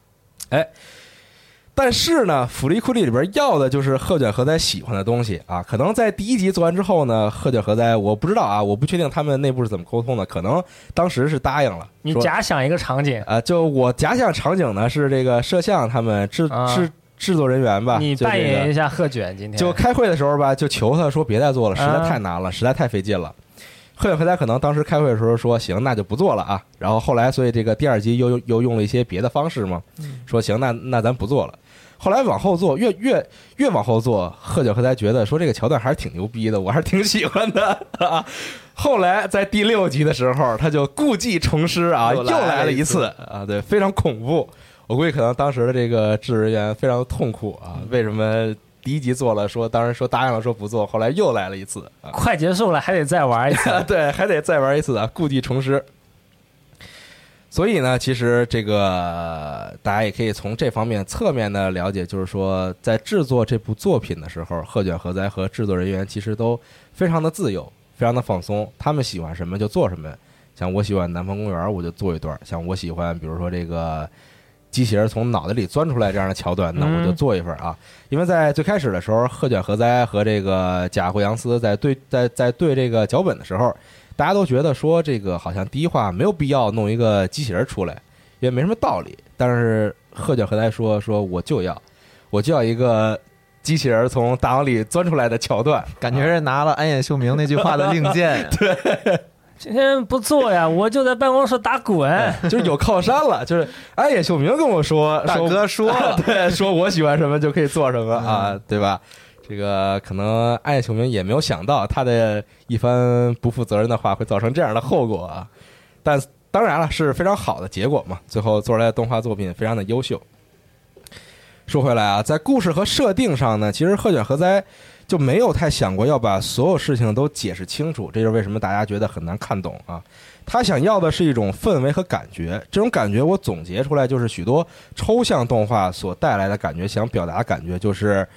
但是呢，福利库里里边要的就是鹤卷和哉喜欢的东西啊。可能在第1集做完之后呢，鹤卷和哉我不知道我不确定他们内部是怎么沟通的，可能当时是答应了。 你假想一个场景就我假想场景呢是这个摄像他们制作人员吧， 你扮演一下鹤卷，今天就开会的时候吧，就求他说别再做了，实在太难了，实在太费劲了。鹤卷和哉可能当时开会的时候说行，那就不做了然后后来所以这个第2集又用了一些别的方式嘛，说行，那咱不做了。后来往后做，越往后做，鹤卷和哉觉得说这个桥段还是挺牛逼的，我还是挺喜欢的后来在第6集的时候，他就故技重施又来了一次对，非常恐怖。我估计可能当时的这个制作人员非常痛苦为什么第1集做了，当时说答应了说不做，后来又来了一次快结束了还得再玩一次对，还得再玩一次故技重施。所以呢，其实这个大家也可以从这方面侧面的了解，就是说在制作这部作品的时候，鹤卷和哉和制作人员其实都非常的自由，非常的放松，他们喜欢什么就做什么。像我喜欢南方公园，我就做一段；像我喜欢比如说这个机器人从脑袋里钻出来这样的桥段，那我就做一份因为在最开始的时候，鹤卷和哉和这个贾惠阳司在对这个脚本的时候，大家都觉得说这个好像第一话没有必要弄一个机器人出来，因为没什么道理。但是鹤卷和哉说我就要一个机器人从大脑里钻出来的桥段， 感觉是拿了安野秀明那句话的令箭对， 今天不做呀，我就在办公室打滚就是有靠山了。就是安野秀明跟我说大哥说对，说我喜欢什么就可以做什么对吧？这个可能安野秀明也没有想到他的一番不负责任的话会造成这样的后果但当然了，是非常好的结果嘛，最后做出来的动画作品非常的优秀。说回来在故事和设定上呢，其实鹤卷和哉就没有太想过要把所有事情都解释清楚，这就是为什么大家觉得很难看懂他想要的是一种氛围和感觉，这种感觉我总结出来就是许多抽象动画所带来的感觉，想表达的感觉就是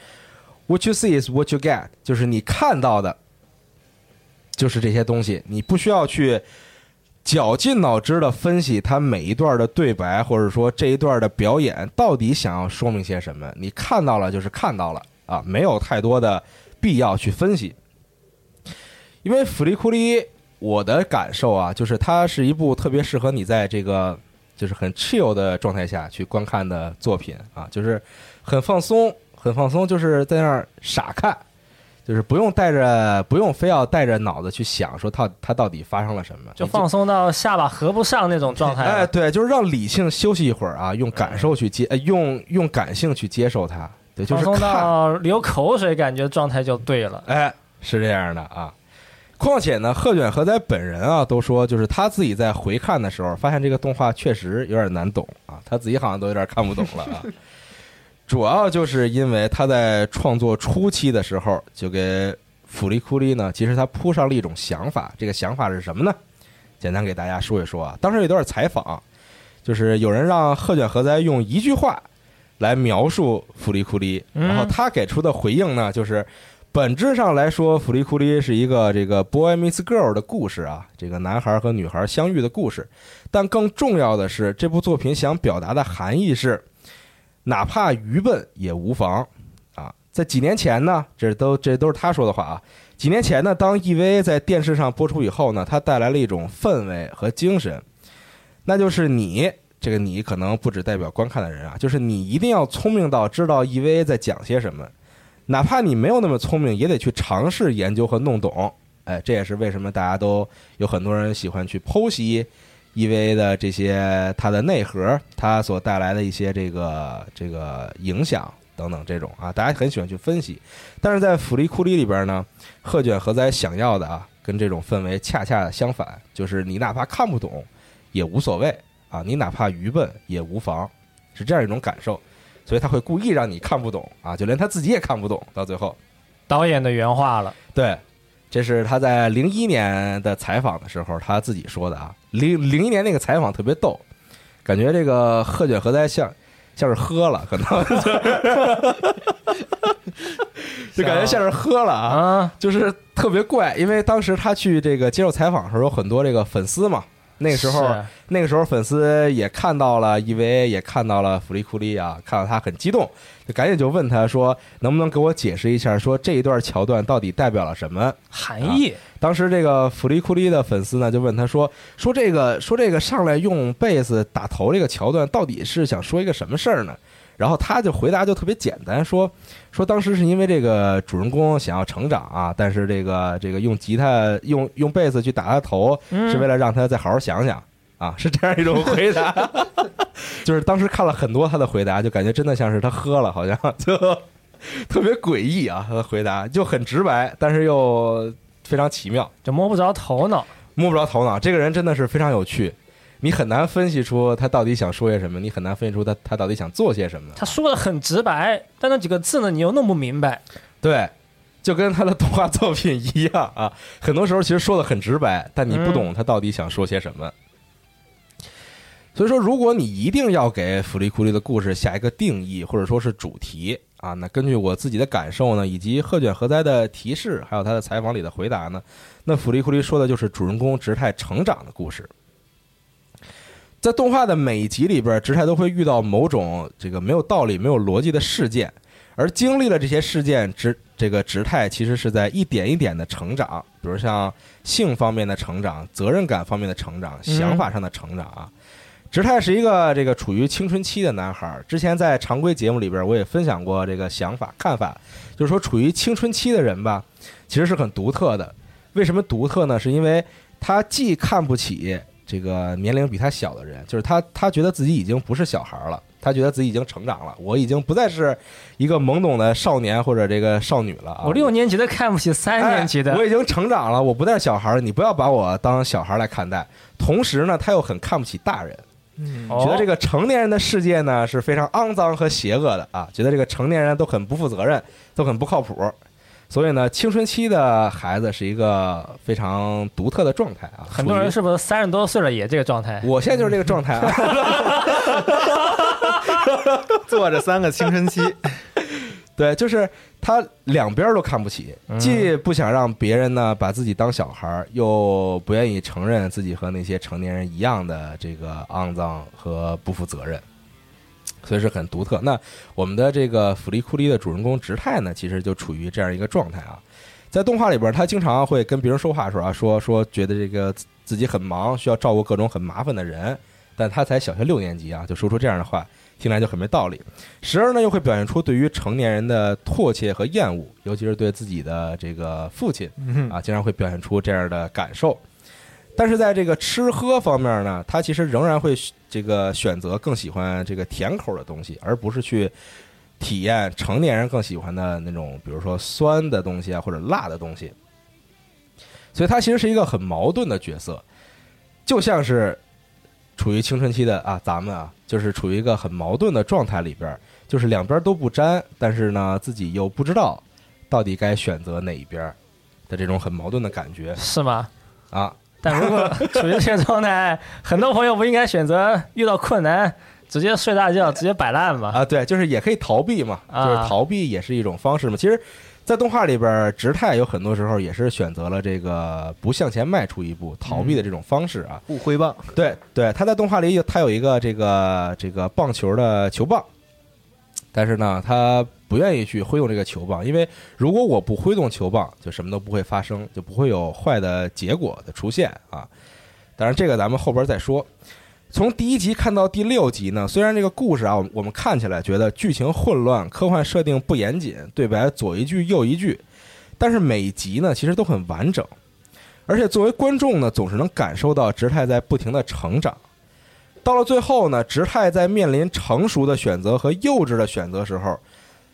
What you see is what you get， 就是你看到的就是这些东西，你不需要去绞尽脑汁的分析它每一段的对白，或者说这一段的表演到底想要说明些什么，你看到了就是看到了没有太多的必要去分析。因为福利库里我的感受就是它是一部特别适合你在这个就是很 chill 的状态下去观看的作品就是很放松，就是在那儿傻看，就是不用非要带着脑子去想说它到底发生了什么， 就放松到下巴合不上那种状态对，就是让理性休息一会儿用感受去用感性去接受它，对，就是放松到流口水，感觉状态就对了是这样的况且呢，鹤卷和哉本人都说，就是他自己在回看的时候，发现这个动画确实有点难懂他自己好像都有点看不懂了主要就是因为他在创作初期的时候，就给福利库里呢，其实他铺上了一种想法，这个想法是什么呢？简单给大家说一说当时有一段采访，就是有人让鹤卷和哉用一句话来描述福利库里，然后他给出的回应呢，就是本质上来说，福利库里是一个这个 boy meets girl 的故事这个男孩和女孩相遇的故事。但更重要的是，这部作品想表达的含义是，哪怕愚笨也无妨在几年前呢，这都是他说的话几年前呢，当 EVA 在电视上播出以后呢，它带来了一种氛围和精神，那就是这个你可能不只代表观看的人就是你一定要聪明到知道 EVA 在讲些什么。哪怕你没有那么聪明，也得去尝试研究和弄懂。这也是为什么大家都有很多人喜欢去剖析 EVA 的这些它的内核，它所带来的一些这个影响， 等等这种啊，大家很喜欢去分析。但是在福利库里里边呢，鹤卷和哉想要的啊，跟这种氛围恰恰相反，就是你哪怕看不懂也无所谓啊，你哪怕愚笨也无妨，是这样一种感受。所以他会故意让你看不懂啊，就连他自己也看不懂。到最后， 导演的原话了。 对，这是他在01年的采访的时候他自己说的啊。01年那个采访特别逗，感觉这个鹤卷和哉像是喝了，可能就感觉像是喝了啊，就是特别怪。因为当时他去这个接受采访的时候，有很多这个粉丝嘛。那个时候粉丝也看到了 EVA， 也看到了福利库里啊，看到他很激动，就赶紧就问他说，能不能给我解释一下，说这一段桥段到底代表了什么含义？ 当时这个福利库里的粉丝呢，就问他说这个上来用贝斯打头这个桥段，到底是想说一个什么事儿呢？然后他就回答就特别简单，说当时是因为这个主人公想要成长啊，但是这个用吉他用贝斯去打他头，是为了让他再好好想想啊，是这样一种回答。就是当时看了很多他的回答，就感觉真的像是他喝了，好像就特别诡异啊。他的回答就很直白，但是又非常奇妙， 就摸不着头脑。 这个人真的是非常有趣。你很难分析出他到底想说些什么，你很难分析出他到底想做些什么。 他说的很直白，但那几个字呢，你又弄不明白。 对，就跟他的动画作品一样啊，很多时候其实说的很直白，但你不懂他到底想说些什么。所以说，如果你一定要给福利库里的故事下一个定义或者说是主题啊，那根据我自己的感受呢，以及鹤卷和哉的提示，还有他的采访里的回答呢，那福利库里说的就是主人公直太成长的故事。在动画的每一集里边，直太都会遇到某种这个没有道理、没有逻辑的事件，而经历了这些事件，直太其实是在一点一点的成长，比如像性方面的成长、责任感方面的成长、想法上的成长啊。直太是一个这个处于青春期的男孩，之前在常规节目里边我也分享过这个想法看法，就是说处于青春期的人吧，其实是很独特的。为什么独特呢？是因为他既看不起这个年龄比他小的人，就是他觉得自己已经不是小孩了，他觉得自己已经成长了，我已经不再是一个懵懂的少年或者这个少女了啊！ 我6年级的看不起3年级的， 我已经成长了，我不再是小孩了，你不要把我当小孩来看待。同时呢，他又很看不起大人，觉得这个成年人的世界呢是非常肮脏和邪恶的啊，觉得这个成年人都很不负责任，都很不靠谱。所以呢，青春期的孩子是一个非常独特的状态啊。 很多人是不是30多岁了也这个状态？ 我现在就是这个状态啊， 坐着3个青春期。 对，就是他两边都看不起，既不想让别人呢把自己当小孩，又不愿意承认自己和那些成年人一样的这个肮脏和不负责任。所以是很独特。那我们的这个福利库里的主人公直太呢，其实就处于这样一个状态啊。在动画里边，他经常会跟别人说话的时候啊，说觉得这个自己很忙，需要照顾各种很麻烦的人，但他才小学6年级啊，就说出这样的话，听来就很没道理。时而呢，又会表现出对于成年人的唾弃和厌恶，尤其是对自己的这个父亲啊，经常会表现出这样的感受。但是在这个吃喝方面呢，他其实仍然会这个选择更喜欢这个甜口的东西，而不是去体验成年人更喜欢的那种，比如说酸的东西啊，或者辣的东西。所以他其实是一个很矛盾的角色，就像是处于青春期的啊，咱们啊，就是处于一个很矛盾的状态里边，就是两边都不沾，但是呢，自己又不知道到底该选择哪一边的这种很矛盾的感觉， 是吗？ 啊。 但如果处于这个状态，很多朋友不应该选择遇到困难直接睡大觉，直接摆烂吗？ 啊，对，就是也可以逃避嘛，就是逃避也是一种方式嘛。其实，在动画里边，直太有很多时候也是选择了这个不向前迈出一步，逃避的这种方式啊。 不挥棒， 对对，他在动画里他有一个这个棒球的球棒，但是呢，他不愿意去挥动这个球棒，因为如果我不挥动球棒，就什么都不会发生，就不会有坏的结果的出现啊。当然，这个咱们后边再说。从第1集看到第6集呢，虽然这个故事啊，我们看起来觉得剧情混乱，科幻设定不严谨，对白左一句右一句，但是每一集呢其实都很完整，而且作为观众呢，总是能感受到直太在不停的成长。到了最后呢，直太在面临成熟的选择和幼稚的选择时候，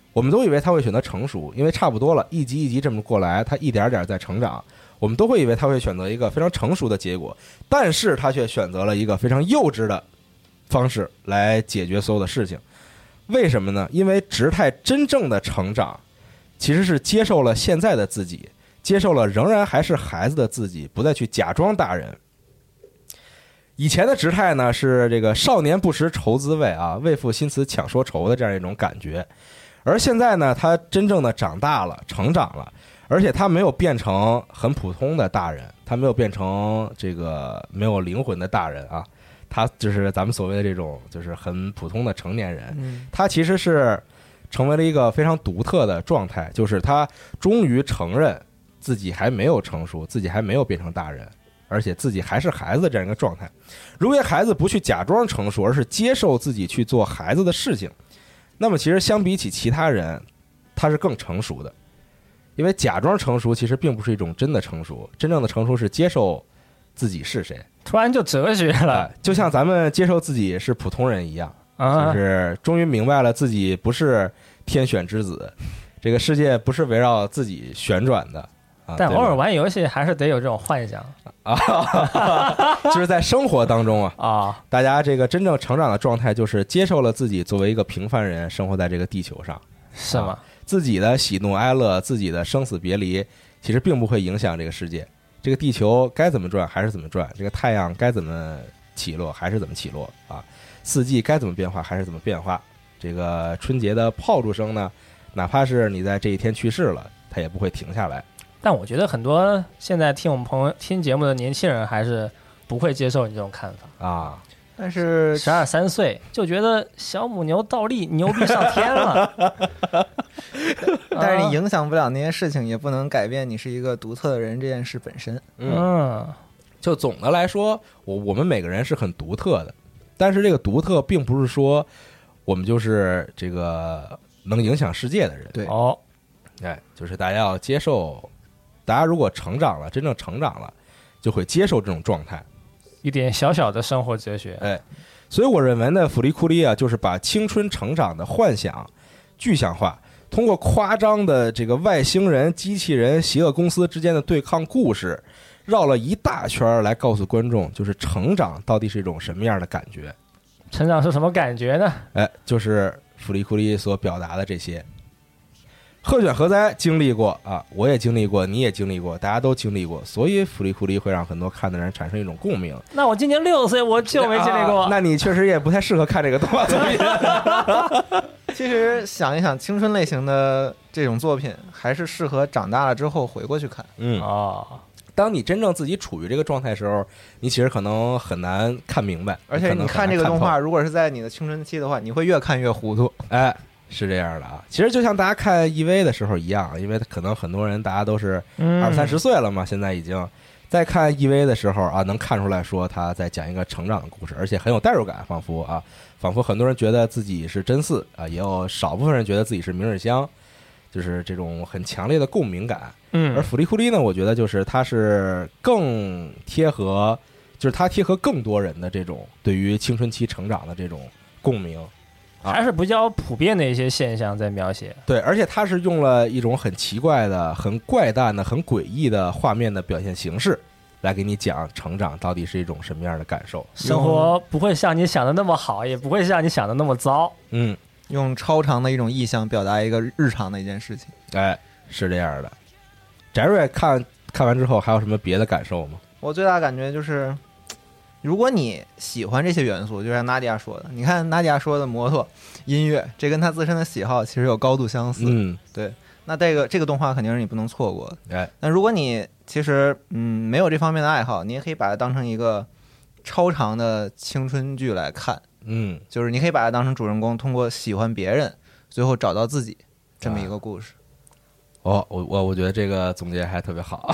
我们都以为他会选择成熟，因为差不多了，一集一集这么过来，他一点点在成长，我们都会以为他会选择一个非常成熟的结果，但是他却选择了一个非常幼稚的方式来解决所有的事情。为什么呢？因为直太真正的成长其实是接受了现在的自己，接受了仍然还是孩子的自己，不再去假装大人。以前的直太呢是这个少年不识愁滋味啊，为赋新词强说愁的这样一种感觉，而现在呢他真正的长大了，成长了，而且他没有变成很普通的大人，他没有变成这个没有灵魂的大人啊，他就是咱们所谓的这种就是很普通的成年人，他其实是成为了一个非常独特的状态，就是他终于承认自己还没有成熟，自己还没有变成大人，而且自己还是孩子的这样一个状态。如果孩子不去假装成熟，而是接受自己去做孩子的事情，那么其实相比起其他人他是更成熟的。因为假装成熟其实并不是一种真的成熟，真正的成熟是接受自己是谁。 突然就哲学了， 就像咱们接受自己是普通人一样，就是终于明白了自己不是天选之子，这个世界不是围绕自己旋转的。 但偶尔玩游戏还是得有这种幻想啊，就是在生活当中啊，大家这个真正成长的状态就是接受了自己作为一个平凡人生活在这个地球上， 是吗？ 自己的喜怒哀乐，自己的生死别离，其实并不会影响这个世界。这个地球该怎么转还是怎么转，这个太阳该怎么起落还是怎么起落啊，四季该怎么变化还是怎么变化。这个春节的炮竹声呢，哪怕是你在这一天去世了，它也不会停下来。 但我觉得很多现在听我们朋友听节目的年轻人还是不会接受你这种看法啊。 但是 12、13岁就觉得小母牛倒立牛逼上天了， 但是你影响不了那些事情，也不能改变你是一个独特的人这件事本身。 就总的来说，我们每个人是很独特的，但是这个独特并不是说我们就是这个能影响世界的人。 对就是大家要接受，大家如果成长了，真正成长了，就会接受这种状态。 一点小小的生活哲学， 所以我认为呢，弗利库利啊，就是把青春成长的幻想具象化，通过夸张的这个外星人、机器人、邪恶公司之间的对抗故事，绕了一大圈来告诉观众，就是成长到底是一种什么样的感觉。 成长是什么感觉呢？ 就是弗利库利所表达的这些。鹤卷何哉经历过啊，我也经历过，你也经历过，大家都经历过，所以弗利库利会让很多看的人产生一种共鸣。 那我今年6岁，我就没经历过。 那你确实也不太适合看这个动画作品。 其实想一想，青春类型的这种作品，还是适合长大了之后回过去看。 当你真正自己处于这个状态的时候，你其实可能很难看明白。 而且你看这个动画，如果是在你的青春期的话，你会越看越糊涂。 是这样的啊，其实就像大家看 EV 的时候一样，因为可能很多人大家都是20、30岁了嘛，现在已经在看 EV 的时候啊，能看出来说他在讲一个成长的故事，而且很有代入感，仿佛很多人觉得自己是真嗣啊，也有少部分人觉得自己是明日香，就是这种很强烈的共鸣感。而弗利库利呢，我觉得就是他是更贴合，就是他贴合更多人的这种对于青春期成长的这种共鸣。 还是比较普遍的一些现象在描写。 对，而且他是用了一种很奇怪的、很怪诞的、很诡异的画面的表现形式，来给你讲成长到底是一种什么样的感受。 生活不会像你想的那么好，也不会像你想的那么糟。 用超长的一种意象表达一个日常的一件事情。 是这样的。翟瑞看完之后还有什么别的感受吗？ 我最大的感觉就是，如果你喜欢这些元素，就像纳迪亚说的，你看纳迪亚说的摩托音乐，这跟他自身的喜好其实有高度相似。对，那这个动画肯定是你不能错过的。那如果你其实没有这方面的爱好，你也可以把它当成一个超长的青春剧来看。就是你可以把它当成主人公通过喜欢别人，最后找到自己这么一个故事。 我觉得这个总结还特别好。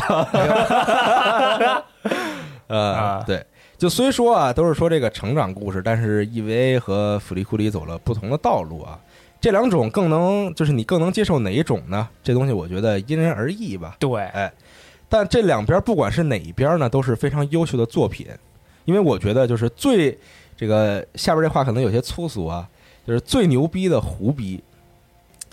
对。就虽说啊，都是说这个成长故事，但是 EVA 和弗利库里走了不同的道路啊。这两种就是你更能接受哪一种呢？这东西我觉得因人而异吧。 对， 但这两边不管是哪一边呢，都是非常优秀的作品。因为我觉得就是这个下边这话可能有些粗俗啊，就是最牛逼的胡逼，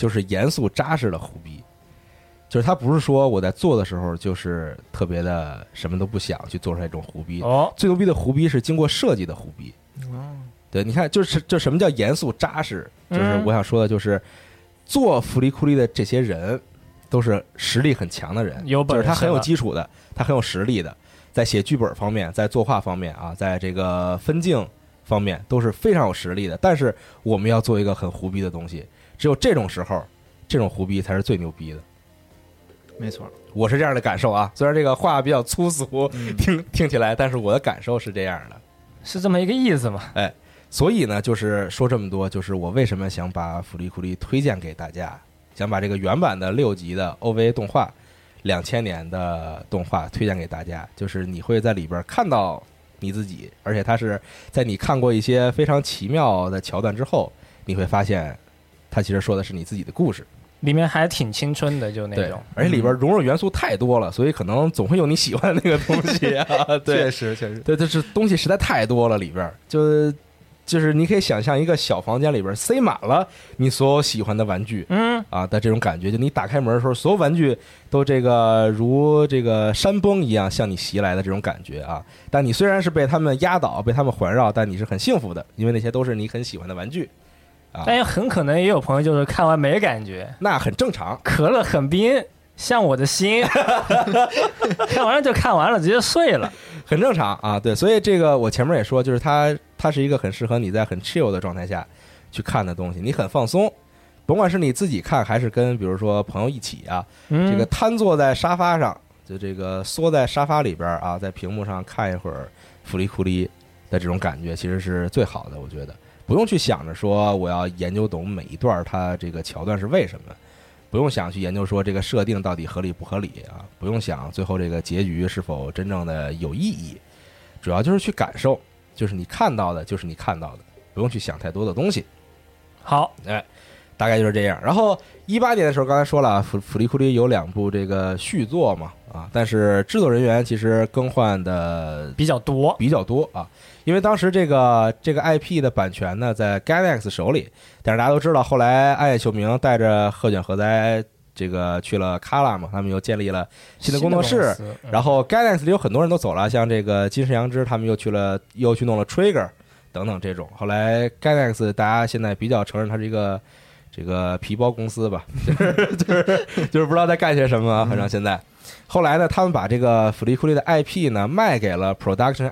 就是严肃扎实的胡逼。就是他不是说我在做的时候就是特别的什么都不想去做出来这种胡逼，最牛逼的胡逼是经过设计的胡逼。对，你看，就什么叫严肃扎实？就是我想说的，就是做福利库里的这些人都是实力很强的人，就是他很有基础的，他很有实力的，在写剧本方面，在作画方面啊，在这个分镜方面都是非常有实力的。但是我们要做一个很胡逼的东西，只有这种时候，这种胡逼才是最牛逼的。 没错， 我是这样的感受啊。虽然这个话比较粗俗，听起来，但是我的感受是这样的， 是这么一个意思嘛？ 哎，所以呢，就是说这么多，就是我为什么想把福利库里推荐给大家，想把这个原版的6集的 OVA 动画，2000年的动画推荐给大家，就是你会在里边看到你自己，而且它是在你看过一些非常奇妙的桥段之后，你会发现，它其实说的是你自己的故事。 里面还挺青春的，就那种， 而且里边融入元素太多了，所以可能总会有你喜欢的那个东西啊。对， 确实， 对，这是东西实在太多了，里边就是你可以想象一个小房间里边塞满了你所有喜欢的玩具，的这种感觉，就你打开门的时候，所有玩具都如这个山崩一样向你袭来的这种感觉啊。但你虽然是被他们压倒，被他们环绕，但你是很幸福的，因为那些都是你很喜欢的玩具。 但也很可能也有朋友就是看完没感觉， 那很正常。 可乐很冰，像我的心，看完了就看完了，直接睡了， 很正常啊。对，所以这个我前面也说，就是它是一个很适合你在很 chill 的状态下去看的东西，你很放松，甭管是你自己看还是跟比如说朋友一起啊，这个瘫坐在沙发上，就这个缩在沙发里边啊，在屏幕上看一会儿福利库里的这种感觉，其实是最好的，我觉得。不用去想着说我要研究懂每一段它这个桥段是为什么，不用想去研究说这个设定到底合理不合理啊，不用想最后这个结局是否真正的有意义，主要就是去感受，就是你看到的就是你看到的，不用去想太多的东西。 好， 大概就是这样。然后18年的时候，刚才说了，福利库里有2部这个续作嘛，但是制作人员其实更换的比较多啊。因为当时这个 IP 的版权呢在 Gainax 手里，但是大家都知道，后来暗夜秀明带着鹤卷和哉这个去了卡拉嘛，他们又建立了新的工作室，然后 Gainax 里有很多人都走了，像这个金世阳之他们又去弄了 Trigger 等等这种。后来 Gainax 大家现在比较承认它是一个这个皮包公司吧，就是不知道在干些什么，反正现在。后来呢，他们把这个福利库里的 IP 呢卖给了 Production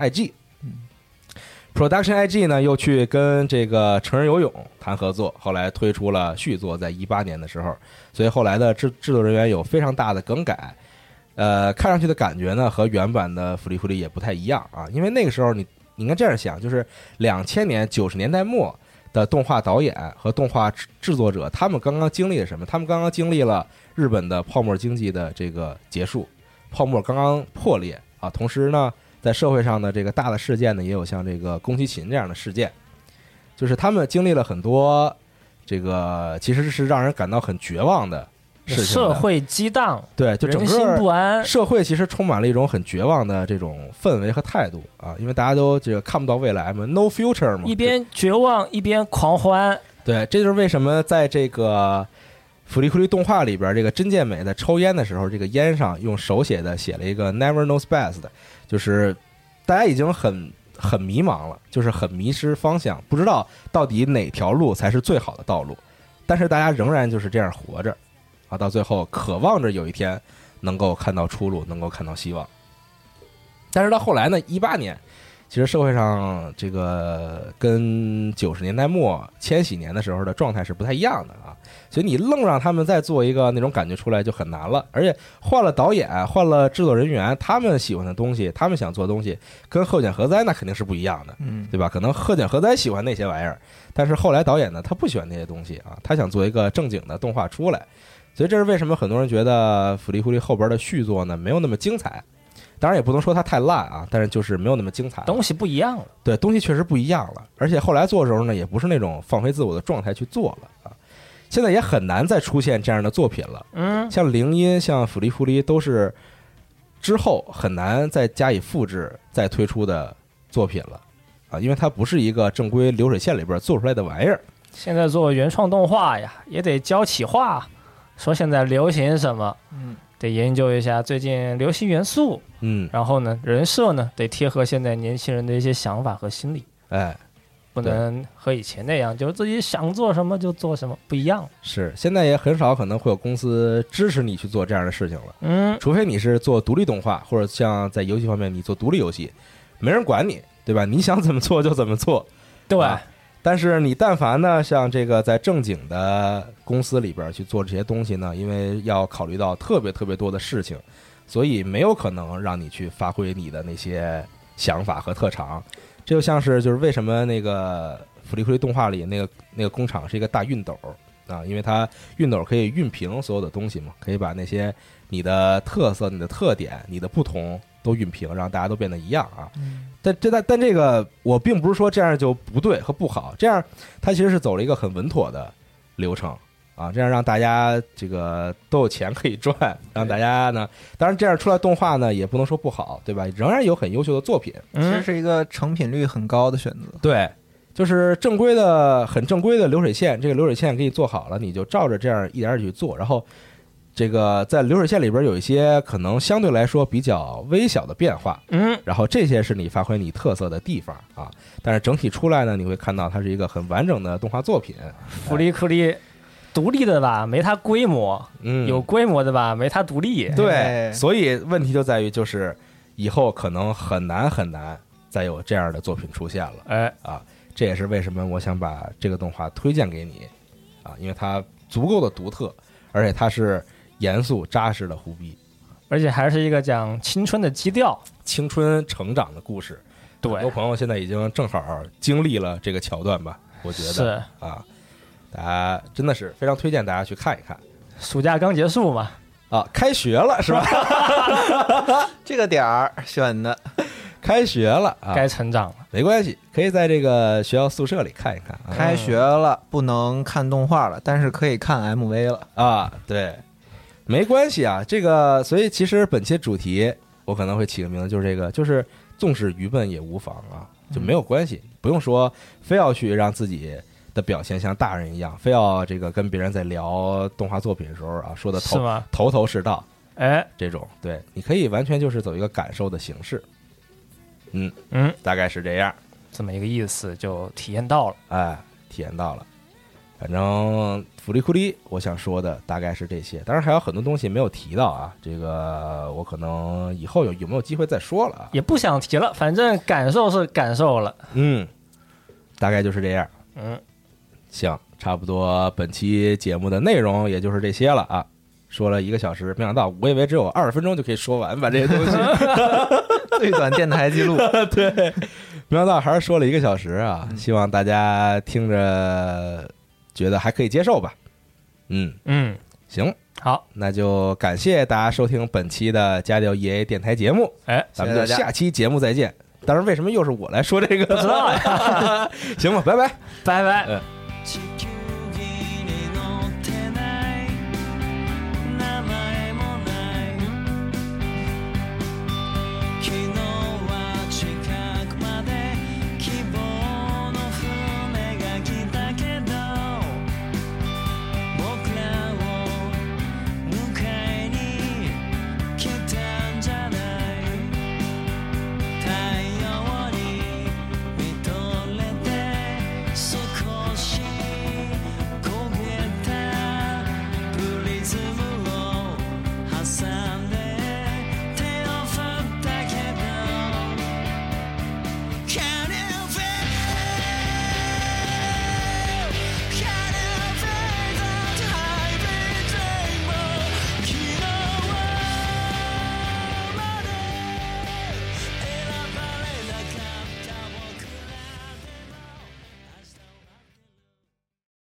IG。Production IG 呢又去跟这个成人游泳谈合作，后来推出了续作，在18年的时候，所以后来的制作人员有非常大的更改，看上去的感觉呢和原版的福利库里也不太一样啊，因为那个时候你应该这样想，就是2000年90年代末的动画导演和动画制作者，他们刚刚经历了什么？他们刚刚经历了日本的泡沫经济的这个结束，泡沫刚刚破裂啊，同时呢在社会上的这个大的事件呢，也有像这个宫崎勤这样的事件，就是他们经历了很多这个其实是让人感到很绝望的事情， 社会激荡， 对，就整个人心不安， 社会其实充满了一种很绝望的这种氛围和态度啊，因为大家都这个看不到未来嘛 ，no future 嘛， 一边绝望一边狂欢。 对，这就是为什么在这个福利库里动画里边，这个真剑美在抽烟的时候，这个烟上用手写的写了一个 Never knows best， 就是大家已经很迷茫了，就是很迷失方向，不知道到底哪条路才是最好的道路，但是大家仍然就是这样活着啊，到最后渴望着有一天能够看到出路，能够看到希望。但是到后来呢，18年其实社会上这个跟90年代末千禧年的时候的状态是不太一样的啊，所以你愣让他们再做一个那种感觉出来就很难了，而且换了导演，换了制作人员，他们喜欢的东西，他们想做的东西跟鹤卷和哉那肯定是不一样的，对吧？可能鹤卷和哉喜欢那些玩意儿，但是后来导演呢他不喜欢那些东西啊，他想做一个正经的动画出来，所以这是为什么很多人觉得福利库里后边的续作呢没有那么精彩。当然也不能说它太烂啊，但是就是没有那么精彩， 东西不一样了。 对，东西确实不一样了，而且后来做的时候呢，也不是那种放飞自我的状态去做了啊。现在也很难再出现这样的作品了。像铃音、像福利库里都是之后很难再加以复制、再推出的作品了啊，因为它不是一个正规流水线里边做出来的玩意儿。 现在做原创动画呀，也得教企划，说现在流行什么，得研究一下最近流行元素，然后呢，人设呢得贴合现在年轻人的一些想法和心理，不能和以前那样，就是自己想做什么就做什么，不一样。 是，现在也很少可能会有公司支持你去做这样的事情了。除非你是做独立动画，或者像在游戏方面你做独立游戏，没人管你，对吧？你想怎么做就怎么做。 对。 但是你但凡呢，像这个在正经的公司里边去做这些东西呢，因为要考虑到特别特别多的事情，所以没有可能让你去发挥你的那些想法和特长。这就像是就是为什么那个福利库里动画里那个工厂是一个大熨斗啊，因为它熨斗可以熨平所有的东西嘛，可以把那些你的特色、你的特点、你的不同都熨平，让大家都变得一样啊。但这个我并不是说这样就不对和不好，这样它其实是走了一个很稳妥的流程啊，这样让大家这个都有钱可以赚，让大家呢，当然这样出来动画呢也不能说不好，对吧？仍然有很优秀的作品， 其实是一个成品率很高的选择。 对，就是很正规的流水线，这个流水线给你做好了，你就照着这样一点点去做，然后这个在流水线里边有一些可能相对来说比较微小的变化，然后这些是你发挥你特色的地方啊。但是整体出来呢，你会看到它是一个很完整的动画作品。 福利库里独立的吧，没它规模；有规模的吧，没它独立。 对，所以问题就在于，就是以后可能很难再有这样的作品出现了。这也是为什么我想把这个动画推荐给你啊，因为它足够的独特，而且它是严肃扎实的胡逼， 而且还是一个讲青春的基调、 青春成长的故事。对，很多朋友现在已经正好经历了这个桥段吧，我觉得是啊，大家真的是非常推荐大家去看一看。 暑假刚结束嘛， 开学了是吧？ 这个点儿选的， 开学了啊， 该成长了， 没关系，可以在这个学校宿舍里看一看。 开学了不能看动画了，但是可以看 MV 了啊，对。没关系啊，这个，所以其实本期主题我可能会起个名字，就是这个，就是纵使愚笨也无妨啊，就没有关系，不用说非要去让自己的表现像大人一样，非要这个跟别人在聊动画作品的时候啊说的头头是道，这种，对，你可以完全就是走一个感受的形式，大概是这样， 这么一个意思就体验到了， 体验到了。反正福利库里我想说的大概是这些，当然还有很多东西没有提到啊，这个我可能以后有没有机会再说了啊， 也不想提了，反正感受是感受了， 大概就是这样，行，差不多本期节目的内容也就是这些了啊，说了1个小时，没想到我以为只有20分钟就可以说完把这些东西， 最短电台记录， 对，没想到还是说了1个小时啊，希望大家听着觉得还可以接受吧，行， 好， 那就感谢大家收听本期的家教 EA 电台节目，咱们就下期节目再见。当然，为什么又是我来说这个？ 不知道呀。 行吧，拜拜， 拜拜。